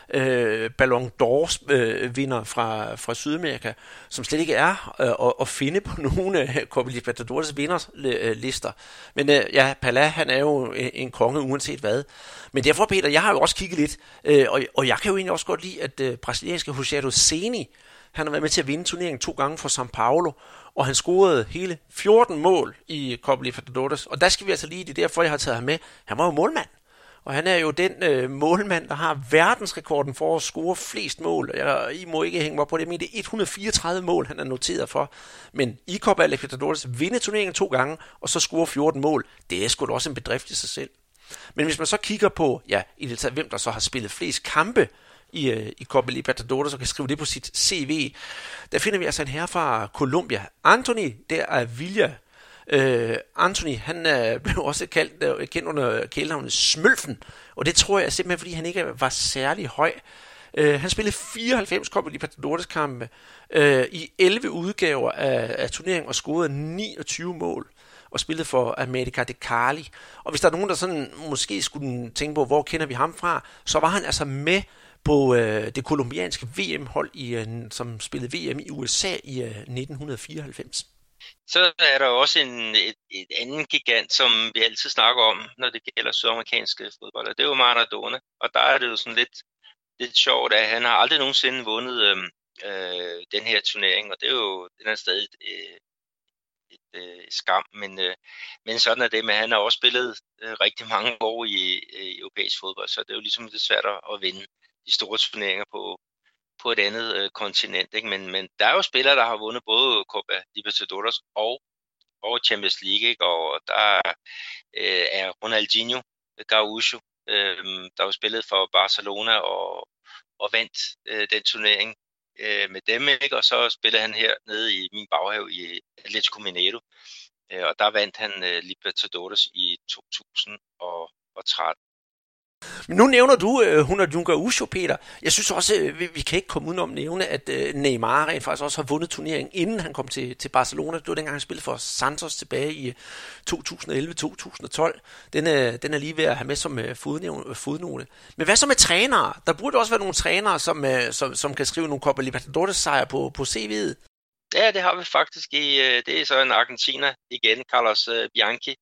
øh, Ballon d'Or øh, vinder fra, fra Sydamerika, som slet ikke er øh, at, at finde på nogle af Copa Libertadores vinderlister. Men øh, ja, Pelé, han er jo en, en konge uanset hvad. Men derfor, Peter, jeg har jo også kigget lidt, øh, og, og jeg kan jo egentlig også godt lide, at øh, brasilianske Rogério Ceni, han har været med til at vinde turneringen to gange for São Paulo, og han scorede hele fjorten mål i Copa Libertadores. Og der skal vi altså lige, det er derfor, jeg har taget ham med. Han var jo målmand. Og han er jo den øh, målmand, der har verdensrekorden for at score flest mål. Jeg, I må ikke hænge mig på det, men det er et hundrede og fireogtredive mål, han er noteret for. Men i Copa Libertadores vinde turneringen to gange, og så score fjorten mål. Det er sgu da også en bedrift i sig selv. Men hvis man så kigger på, ja, i det taget, hvem der så har spillet flest kampe i, øh, i Copa Libertadores, så kan skrive det på sit C V, der finder vi altså en her fra Colombia. Anthony, der er Villa. Uh, Anthony, han uh, blev også kaldt, uh, kendt under kælenavnet Smølfen, og det tror jeg simpelthen, fordi han ikke var særlig høj. Uh, han spillede fireoghalvfems Copa Libertadores kampe uh, i elleve udgaver af, af turneringen og scorede niogtyve mål og spillede for América de Cali. Og hvis der er nogen, der sådan måske skulle tænke på, hvor kender vi ham fra, så var han altså med på uh, det kolumbianske V M-hold, i, uh, som spillede V M i U S A i uh, nitten fireoghalvfems. Så er der også en, et, et anden gigant, som vi altid snakker om, når det gælder sydamerikanske fodbold, og det er jo Maradona. Og der er det jo sådan lidt, lidt sjovt, at han har aldrig nogensinde vundet øh, øh, den her turnering, og det er jo den er stadig et, et, et, et skam, men, øh, men sådan er det, men han har også spillet øh, rigtig mange år i, i europæisk fodbold, så det er jo ligesom lidt svært at vinde de store turneringer på, på et andet øh, kontinent, ikke? Men, men der er jo spillere, der har vundet både Copa Libertadores og, og Champions League, ikke? Og der øh, er Ronaldinho Gaúcho, øh, der jo spillet for Barcelona og, og vandt øh, den turnering øh, med dem, ikke? Og så spillede han her nede i min baghave i Atlético Mineiro, øh, og der vandt han øh, Libertadores i to tusind og tretten. Men nu nævner du øh, Ronaldinho Gaúcho, Peter. Jeg synes også, øh, vi, vi kan ikke komme udenom nævne, at øh, Neymar rent faktisk også har vundet turneringen, inden han kom til, til Barcelona. Det var dengang, han spillede for Santos tilbage i to tusind og elleve til to tusind og tolv. Den er, den er lige ved at have med som øh, fodnævne, fodnote. Men hvad så med trænere? Der burde også være nogle trænere, som, øh, som, som kan skrive nogle Copa Libertadores sejre på, på C V'et. Ja, det har vi faktisk i, det er så en argentiner igen, Carlos Bianchi,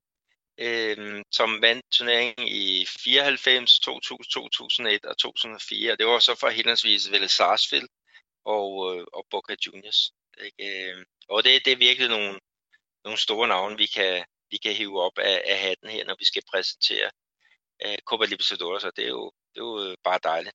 øh, som vandt turneringen i fireoghalvfems, to tusind, to tusind og et og to tusind og fire. Det var så for henholdsvis Vélez Sarsfield og, og Boca Juniors. Ikke? Og det, det er virkelig nogle, nogle store navne, vi kan, vi kan hive op af, af hatten her, når vi skal præsentere uh, Copa Libertadores, og det er jo, det er jo bare dejligt.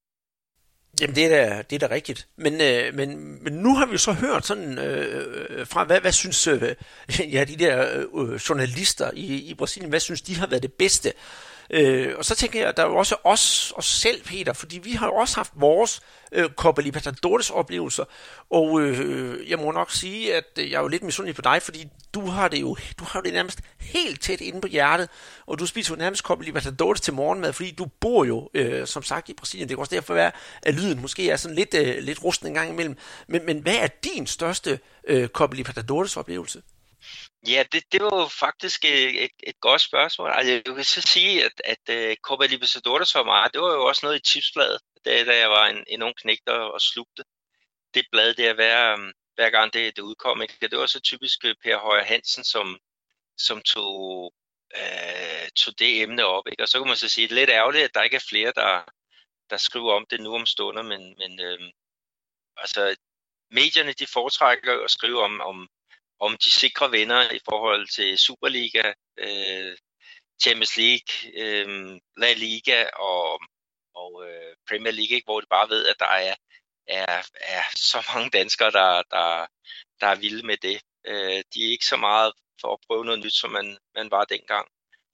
Jamen, det er da, det er da rigtigt. Men, øh, men, men nu har vi jo så hørt sådan øh, fra, hvad, hvad synes øh, ja, de der øh, journalister i, i Brasilien, hvad synes de har været det bedste? Øh, og så tænker jeg, der er jo også os, os selv, Peter, fordi vi har jo også haft vores øh, Copa Libertadores oplevelser, og øh, jeg må nok sige, at jeg er jo lidt misundelig på dig, fordi du har det jo, du har det nærmest helt tæt inde på hjertet, og du spiser jo nærmest Copa Libertadores til morgenmad, fordi du bor jo, øh, som sagt, i Brasilien. Det kan også derfor være, at lyden måske er sådan lidt, øh, lidt rusten en gang imellem. Men, men hvad er din største øh, Copa Libertadores oplevelse? Ja, det, det var jo faktisk et, et, et godt spørgsmål. Altså, jeg kan så sige, at, at uh, Copa Libertadores for mig, det var jo også noget i tipsbladet, da, da jeg var en, en ung knægt og slugte det blad der hver, hver gang det, det udkom. Ikke? Det var så typisk Per Højer Hansen, som, som tog, øh, tog det emne op. Ikke? Og så kan man så sige, at det er lidt ærgerligt, at der ikke er flere, der, der skriver om det nu om stunder, men, men øh, altså, medierne de foretrækker at skrive om, om om de sikre vinder i forhold til Superliga, øh, Champions League, øh, La Liga og, og øh, Premier League, ikke? Hvor de bare ved, at der er, er, er så mange danskere, der, der, der er vilde med det. Øh, de er ikke så meget for at prøve noget nyt, som man, man var dengang.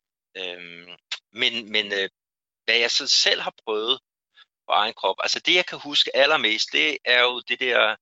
Øh, men men øh, hvad jeg så selv har prøvet på egen krop, altså det jeg kan huske allermest, det er jo det der,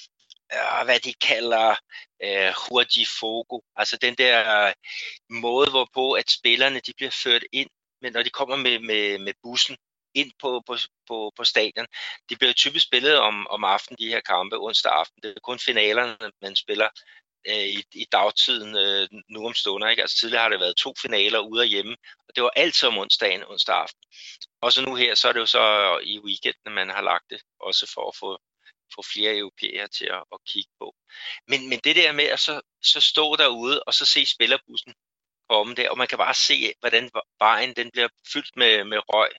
øh, hvad de kalder øh, hurtig fogo, altså den der måde, hvorpå at spillerne de bliver ført ind, men når de kommer med, med, med bussen ind på, på, på, på stadion, de bliver typisk spillet om, om aftenen, de her kampe, onsdag aften. Det er kun finalerne, man spiller øh, i, i dagtiden øh, nu om stunder. Ikke? Altså tidligere har det været to finaler ude og hjemme, og det var altid om onsdagen, onsdag aften. Og så nu her, så er det jo så i weekenden, man har lagt det, også for at få, få flere europæere til at, at kigge på. Men, men det der med at så, så stå derude, og så se spillerbussen komme der, og man kan bare se, hvordan vejen den bliver fyldt med, med røg,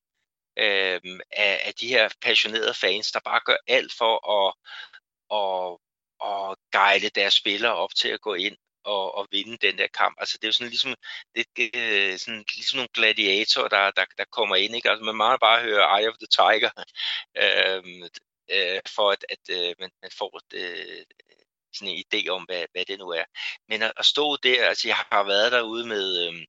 Øhm, af, af de her passionerede fans, der bare gør alt for at, at, at guide deres spillere op til at gå ind og, og vinde den der kamp. Altså det er jo sådan ligesom, det, sådan, ligesom nogle gladiatorer, der, der, der kommer ind. Ikke? Altså man må bare høre Eye of the Tiger, øhm, øh, for at, at øh, man, man får et, øh, sådan en idé om, hvad, hvad det nu er. Men at, at stå der, altså jeg har været derude med øh,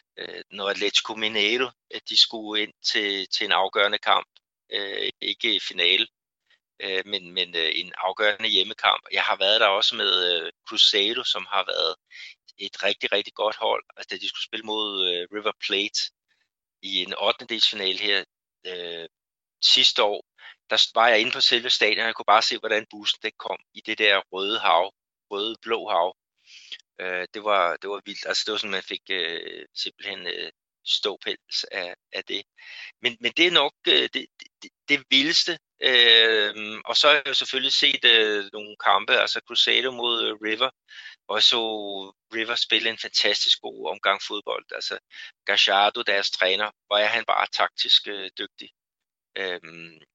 når Atletico Mineiro, at de skulle ind til, til en afgørende kamp, øh, ikke i finale, øh, men, men øh, en afgørende hjemmekamp. Jeg har været der også med øh, Cruzeiro, som har været et rigtig, rigtig godt hold, altså da de skulle spille mod øh, River Plate i en ottendedelsfinale her øh, sidste år. Der var jeg inde på selve stadion, og jeg kunne bare se, hvordan bussen det kom i det der røde hav, røde blå hav. Uh, det var det var vildt. Altså det var sådan man fik uh, simpelthen uh, ståpels af, af det. Men men det er nok uh, det, det det vildeste. Uh, og så har jeg jo selvfølgelig set uh, nogle kampe, altså Cruzeiro mod uh, River, og så River spille en fantastisk god omgang fodbold. Altså Gallardo, deres træner, var han bare taktisk uh, dygtig. Uh,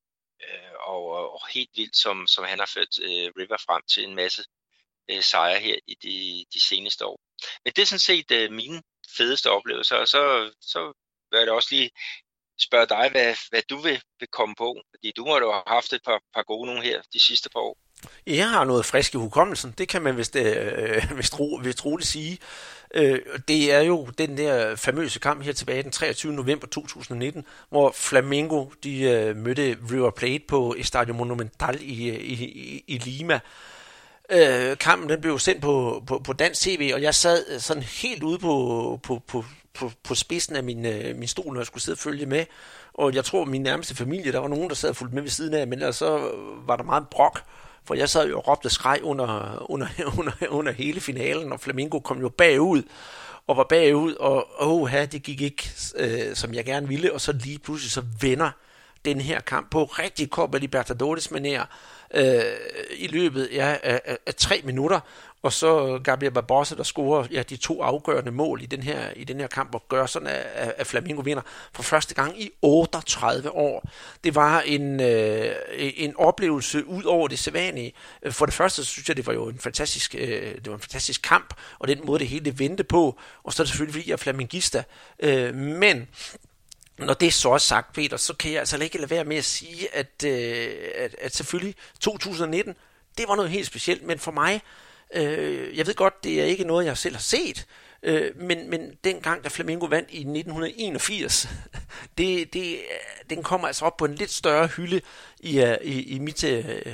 uh, og, og helt vildt som som han har ført uh, River frem til en masse sejre her i de, de seneste år. Men det er sådan set uh, mine fedeste oplevelser, og så, så vil jeg også lige spørge dig, hvad, hvad du vil, vil komme på, fordi du må jo have haft et par, par gode nogle her de sidste par år. Jeg har noget frisk i hukommelsen, det kan man vist, øh, vist, ro, vist roligt sige. Øh, det er jo den der famøse kamp her tilbage den treogtyvende november to tusind nitten, hvor Flamengo de, øh, mødte River Plate på Estadio Monumental i, i, i, i Lima. Øh, kampen den blev sendt på, på, på dansk tv, og jeg sad sådan helt ude på, på, på, på, på spidsen af min, øh, min stol, når jeg skulle sidde og følge med. Og jeg tror, min nærmeste familie, der var nogen, der sad og fulgte med ved siden af, men ellers så var der meget brok, for jeg sad jo og råbte skreg under, under, under, under hele finalen, og Flamengo kom jo bagud, og var bagud, og åh, det gik ikke, øh, som jeg gerne ville, og så lige pludselig så vender den her kamp på rigtig Copa Libertadores-manér øh, i løbet ja, af, af, af tre minutter, og så Gabriel Barbosa, der scorer ja, de to afgørende mål i den her, i den her kamp, og gør sådan, at, at Flamengo vinder for første gang i otteogtredive år. Det var en, øh, en oplevelse ud over det sædvanlige. For det første, så synes jeg, det var jo en fantastisk, øh, det var en fantastisk kamp, og den måde, det hele vendte på, og så er det selvfølgelig, fordi jeg er flamingista. Øh, men når det er så sagt, Peter, så kan jeg altså ikke lade være med at sige, at, øh, at, at selvfølgelig to tusind nitten, det var noget helt specielt, men for mig, øh, jeg ved godt, det er ikke noget, jeg selv har set, øh, men, men dengang, da Flamengo vandt i nitten enogfirs, det, det, den kommer altså op på en lidt større hylde i, i, i, mit,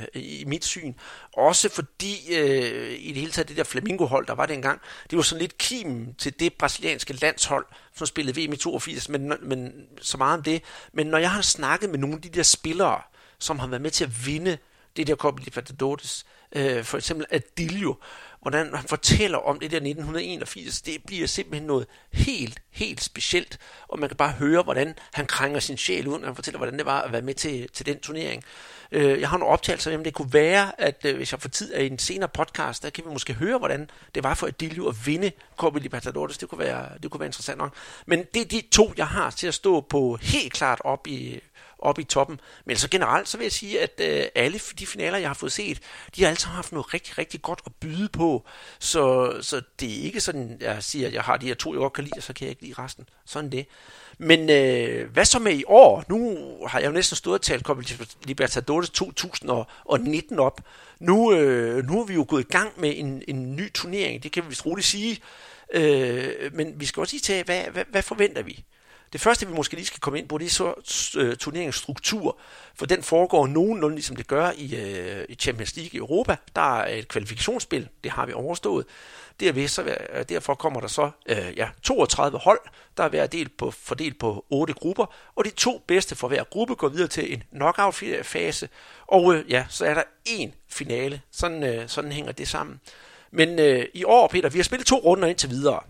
i mit syn. Også fordi øh, i det hele taget det der Flamengo-hold, der var dengang, det var sådan lidt kimen til det brasilianske landshold, som spillede V M i toogfirs, men, men så meget om det. Men når jeg har snakket med nogle af de der spillere, som har været med til at vinde det der Copa Libertadores, øh, for eksempel Adilio, hvordan han fortæller om det der nitten enogfirs, det bliver simpelthen noget helt, helt specielt, og man kan bare høre, hvordan han krænger sin sjæl ud, når han fortæller, hvordan det var at være med til, til den turnering. Øh, jeg har nogle optagelser, jamen det kunne være, at øh, hvis jeg får tid af en senere podcast, der kan vi måske høre, hvordan det var for Adilio at vinde Copa Libertadores. Det kunne være, det kunne være interessant nok. Men det er de to, jeg har til at stå på helt klart op i op i toppen. Men så generelt, så vil jeg sige, at øh, alle de finaler, jeg har fået set, de har altså haft noget rigtig, rigtig godt at byde på. Så, så det er ikke sådan, jeg siger, at jeg har de her to, jeg godt kan lide, og så kan jeg ikke lide resten. Sådan det. Men øh, hvad så med i år? Nu har jeg jo næsten stået og talt Copa Libertadores to tusind nitten op. Nu, øh, nu er vi jo gået i gang med en, en ny turnering, det kan vi vist roligt sige. Øh, men vi skal også lige tage, hvad, hvad, hvad forventer vi? Det første, vi måske lige skal komme ind på, det er så uh, turneringens struktur, for den foregår nogenlunde, ligesom det gør i, uh, i Champions League i Europa. Der er et kvalifikationsspil, det har vi overstået. Derved, så, uh, derfor kommer der så uh, ja, toogtredive hold, der er hver del på, fordelt på otte grupper, og de to bedste for hver gruppe går videre til en knockout-fase, og uh, ja, så er der én finale. Sådan, uh, sådan hænger det sammen. Men uh, i år, Peter, vi har spillet to runder indtil videre.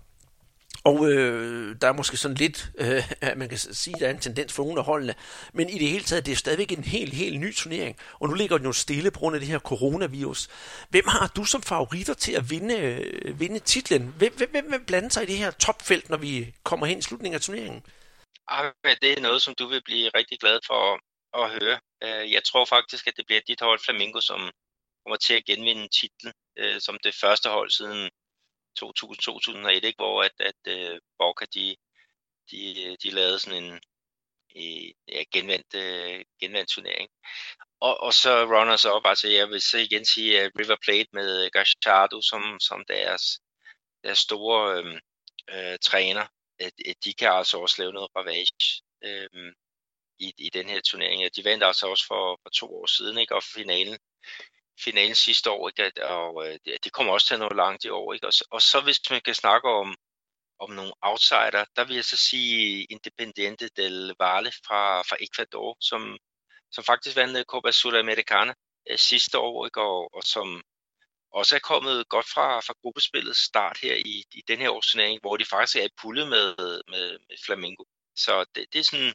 Og øh, der er måske sådan lidt, øh, man kan sige, der er en tendens for nogle af holdene, men i det hele taget, det er stadigvæk en helt, helt ny turnering, og nu ligger den jo stille på grund af det her coronavirus. Hvem har du som favoritter til at vinde, øh, vinde titlen? Hvem, hvem, hvem vil blande sig i det her topfelt, når vi kommer hen i slutningen af turneringen? Det er noget, som du vil blive rigtig glad for at høre. Jeg tror faktisk, at det bliver dit hold Flamengo, som kommer til at genvinde titlen som det første hold siden to tusind til to tusind og et, ikke? Hvor at, at uh, Boca, de, de, de lavede sådan en ja, genvendt, uh, genvendt turnering. Og, og så runners op, altså jeg vil så igen sige uh, River Plate med Gallardo som, som deres, deres store uh, uh, træner, at, at de kan altså også lave noget ravage uh, i, i den her turnering. De vandt altså også for, for to år siden, ikke? Og finalen finalen sidste år, ikke? Og øh, det kommer også til at nå langt i år, ikke? Og, og så hvis man kan snakke om, om nogle outsider, der vil jeg så sige Independiente del Valle fra, fra Ecuador, som, som faktisk vandt Copa Sudamericana øh, sidste år, ikke? Og, og som også er kommet godt fra, fra gruppespillets start her i, i den her års turnering, hvor de faktisk er i pulje med, med, med Flamengo. Så det, det er sådan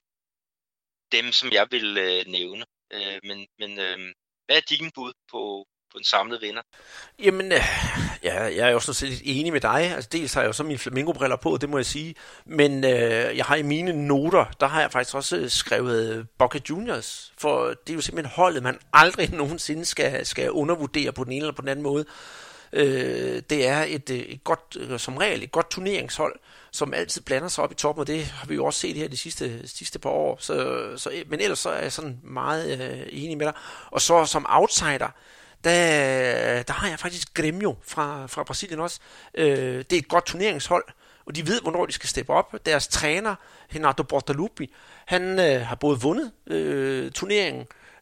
dem, som jeg vil øh, nævne. Øh, men men øh, hvad er din bud på, på en samlet vinder? Jamen, øh, ja, jeg er jo sådan lidt enig med dig. Altså, dels har jeg jo så mine Flamengo-briller på, det må jeg sige. Men øh, jeg har i mine noter, der har jeg faktisk også skrevet Boca Juniors. For det er jo simpelthen holdet, man aldrig nogensinde skal, skal undervurdere på den ene eller på den anden måde. Øh, det er et, et godt, som regel et godt turneringshold, som altid blander sig op i toppen, og det har vi jo også set her de sidste, sidste par år. Så, så, men ellers så er jeg sådan meget øh, enig med dig. Og så som outsider, der, der har jeg faktisk Grêmio fra, fra Brasilien også. Øh, det er et godt turneringshold, og de ved, hvornår de skal steppe op. Deres træner, Renato Portaluppi, han øh, har både vundet øh, turneringen,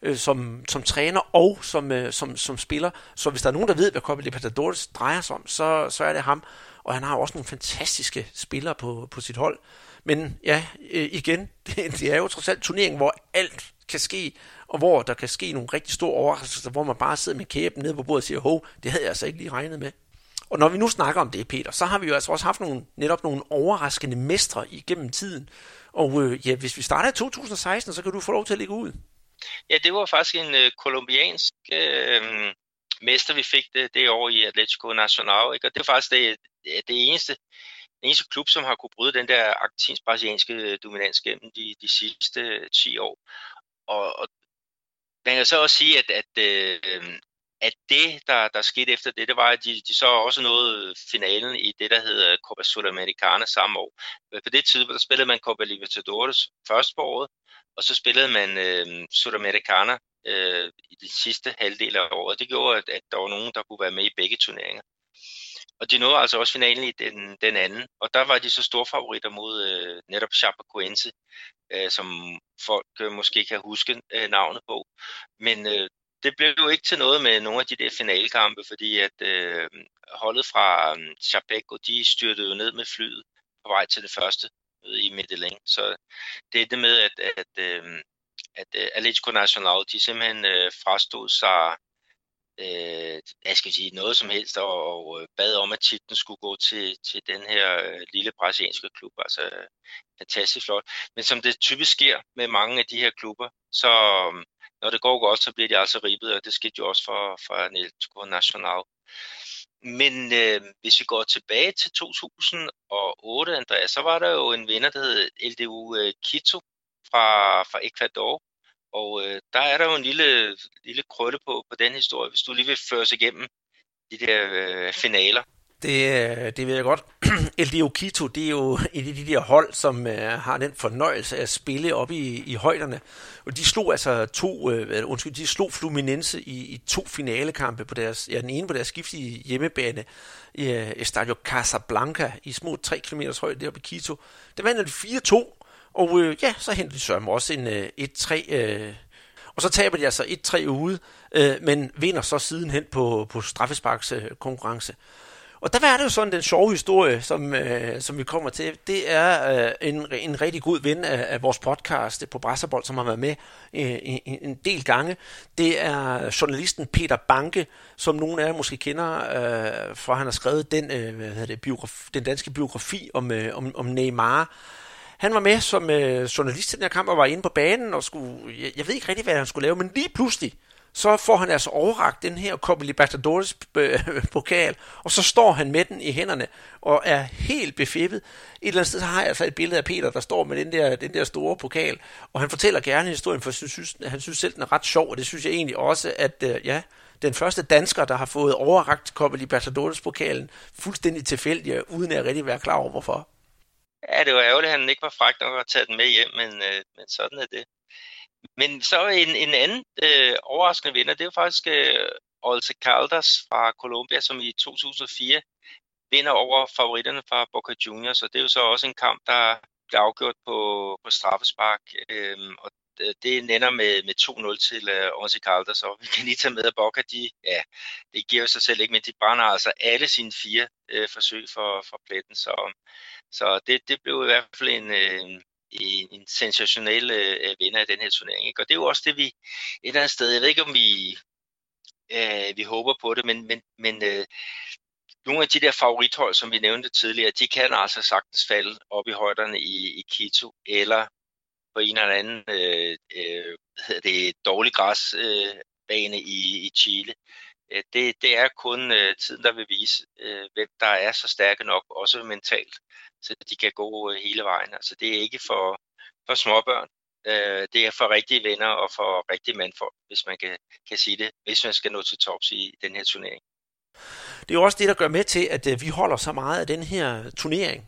øh, som, som træner og som, øh, som, som spiller. Så hvis der er nogen, der ved, hvad Copa Libertadores drejer sig om, så, så er det ham. Og han har også nogle fantastiske spillere på, på sit hold. Men ja, øh, igen, det, det er jo trods alt turneringen, hvor alt kan ske, og hvor der kan ske nogle rigtig store overraskelser, hvor man bare sidder med kæben nede på bordet og siger, hov, det havde jeg altså ikke lige regnet med. Og når vi nu snakker om det, Peter, så har vi jo altså også haft nogle, netop nogle overraskende mestre igennem tiden. Og øh, ja, hvis vi starter i to tusind og seksten, så kan du få lov til at lægge ud. Ja, det var faktisk en øh, kolumbiansk øh, mester, vi fik det, det år i Atlético Nacional. Ikke? Og det er faktisk det, det eneste, den eneste klub, som har kunne bryde den der argentinsk-brasilianske dominans gennem de, de sidste ti år. Og, og man kan så også sige, at, at, øh, at det, der, der skete efter det, det var, at de, de så også nåede finalen i det, der hedder Copa Sudamericana samme år. På det tidspunkt, der spillede man Copa Libertadores først på året, og så spillede man øh, Sudamericana øh, i den sidste halvdel af året. Det gjorde, at, at der var nogen, der kunne være med i begge turneringer. Og de nåede altså også finalen i den, den anden, og der var de så store favoritter mod øh, netop Chapecoense, øh, som folk øh, måske kan huske øh, navnet på. Men øh, det blev jo ikke til noget med nogle af de der finalekampe, fordi at øh, holdet fra øh, Chapeco, de styrtede jo ned med flyet på vej til det første møde i Medellin. Så det er det med, at, at, øh, at øh, Atlético Nacional, de simpelthen øh, frastod sig Øh, jeg skal sige noget som helst og, og bad om, at titlen skulle gå til, til den her øh, lille brasilianske klub. Altså øh, fantastisk flot. Men som det typisk sker med mange af de her klubber, så øh, når det går godt, så bliver de altså ribbet, og det skete jo også for, for Atlético Nacional. Men øh, hvis vi går tilbage til to tusind og otte, Andreas, så var der jo en vinder, der hed L D U øh, Quito fra, fra Ecuador. Og øh, der er der jo en lille, lille krølle på, på den historie, hvis du lige vil føre os igennem de der øh, finaler. Det, det ved jeg godt. L D U Quito, det er jo et af de der hold, som øh, har den fornøjelse af at spille op i, i højderne. Og de slog altså to, øh, undskyld, de slog Fluminense i, i to finalekampe på deres, ja, den ene på deres skiftige hjemmebane i øh, Estadio Casablanca i små tre kilometer højde deroppe i Quito. Der vandt de fire to. Og øh, ja, så hentede de sørme også en øh, et tre, øh, og så taber de altså et tre ude, øh, men vinder så sidenhen på, på straffesparks øh, konkurrence. Og der var det jo sådan den sjove historie, som, øh, som vi kommer til. Det er øh, en, en rigtig god ven af, af vores podcast på Brasserbold, som har været med øh, en, en del gange. Det er journalisten Peter Banke, som nogle af jer måske kender, øh, for han har skrevet den, øh, hvad hedder det, biografi, den danske biografi om, øh, om, om Neymar. Han var med som øh, journalist til den her kamp og var inde på banen og skulle, jeg, jeg ved ikke rigtig, hvad han skulle lave, men lige pludselig, så får han altså overrakt den her Copa Libertadores øh, pokal, og så står han med den i hænderne og er helt befippet. Et eller andet sted så har jeg altså et billede af Peter, der står med den der, den der store pokal, og han fortæller gerne historien, for han synes, han synes selv, den er ret sjov, og det synes jeg egentlig også, at øh, ja, den første dansker, der har fået overrakt Copa Libertadores pokalen, fuldstændig tilfældig, uden at jeg rigtig være klar over, hvorfor. Ja, det var ærgerligt, at han ikke var fræk nok at tage den med hjem, men, øh, men sådan er det. Men så en, en anden øh, overraskende vinder, det er jo faktisk øh, Once Caldas fra Colombia, som i to tusind og fire vinder over favoritterne fra Boca Juniors, og det er jo så også en kamp, der bliver afgjort på, på straffespark, øh, og det ender med, med to nul til øh, Once Caldas, og vi kan lige tage med, at Boca, de, ja, det giver jo sig selv ikke, men de brænder altså alle sine fire øh, forsøg for, for pletten, så, så det, det blev i hvert fald en, øh, en, en sensationel øh, vinder af den her turnering, ikke? Og det er jo også det, vi et eller andet sted, jeg ved ikke, om vi, øh, vi håber på det, men, men, men øh, nogle af de der favorithold, som vi nævnte tidligere, de kan altså sagtens falde op i højderne i, i Quito, eller på en eller anden øh, øh, det er dårlig græsbane øh, i, i Chile. Det, det er kun øh, tiden, der vil vise, øh, hvem der er så stærke nok, også mentalt, så de kan gå øh, hele vejen. Altså, det er ikke for, for småbørn. Øh, det er for rigtige venner og for rigtige mandfolk, hvis man kan, kan sige det, hvis man skal nå til tops i den her turnering. Det er jo også det, der gør med til, at øh, vi holder så meget af den her turnering.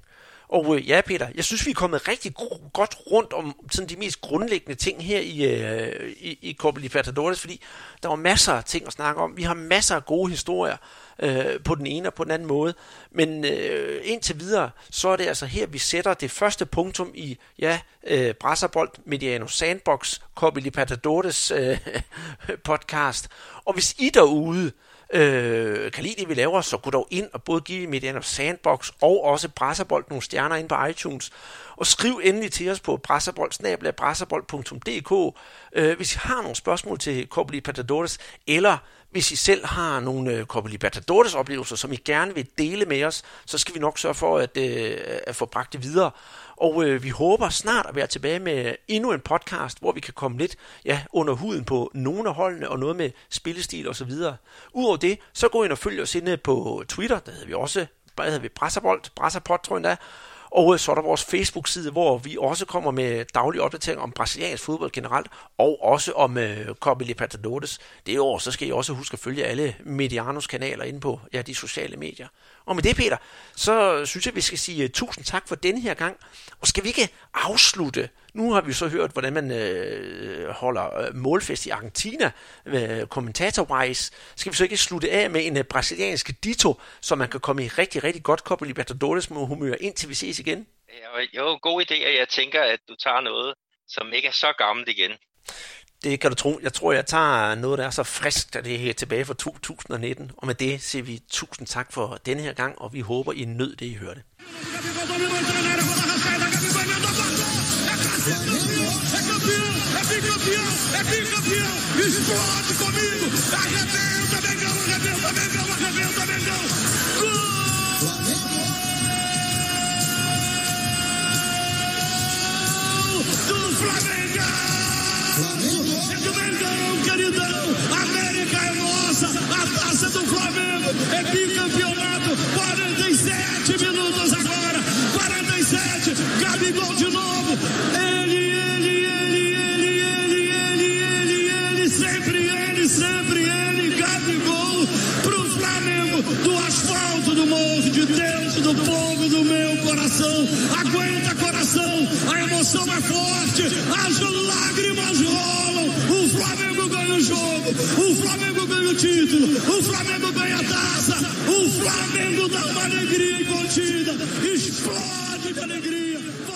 Og øh, ja, Peter, jeg synes, vi er kommet rigtig gro- godt rundt om sådan de mest grundlæggende ting her i, øh, i, i Copa Libertadores, fordi der var masser af ting at snakke om. Vi har masser af gode historier øh, på den ene og på den anden måde. Men øh, indtil videre, så er det altså her, vi sætter det første punktum i, ja, øh, Brasserbold Mediano Sandbox Copa Libertadores øh, podcast. Og hvis I derude Øh, kan lide det, vi laver, så gå dog ind og både give Mediano Sandbox og også Brasserbold nogle stjerner ind på iTunes. Og skriv endelig til os på brasserbold snabel-a brasserbold punktum d k, øh, hvis I har nogle spørgsmål til Copa Libertadores, eller hvis I selv har nogle øh, Copa Libertadores oplevelser, som I gerne vil dele med os, så skal vi nok sørge for at, øh, at få bragt det videre. Og øh, vi håber snart at være tilbage med endnu en podcast, hvor vi kan komme lidt ja, under huden på nogle af holdene og noget med spillestil osv. Udover det, så gå ind og følg os inde på Twitter, der hedder vi også, der hedder vi Brasserbold, Brasserpod tror jeg endda. Og så er der vores Facebook-side, hvor vi også kommer med daglige opdateringer om brasiliansk fodbold generelt, og også om øh, Copa Libertadores. Det år, så skal I også huske at følge alle Medianos kanaler inde på ja, de sociale medier. Og med det, Peter, så synes jeg, at vi skal sige uh, tusind tak for denne her gang. Og skal vi ikke afslutte? Nu har vi så hørt, hvordan man øh, holder øh, målfest i Argentina, øh, kommentator-wise. Skal vi så ikke slutte af med en øh, brasiliansk ditto, så man kan komme i rigtig, rigtig godt Copa Libertadores med humør, indtil vi ses igen? Jo, god idé, og jeg tænker, at du tager noget, som ikke er så gammelt igen. Det kan du tro. Jeg tror, jeg tager noget, der er så friskt, at det er her tilbage fra to tusind nitten. Og med det siger vi tusind tak for denne her gang, og vi håber, I nød det, I hørte. É bicampeonato, quarenta e sete minutos agora, quarenta e sete, Gabigol de novo, ele, ele, ele, ele, ele, ele, ele, ele, sempre ele, sempre ele, Gabigol, pro Flamengo, do asfalto do morro de Deus, do povo do meu coração, aguenta coração, a emoção é forte, as lágrimas rolam, o Flamengo ganha o jogo, o Flamengo ganha o título, o Flamengo ganha a taça, o Flamengo dá uma alegria incontida, explode de alegria.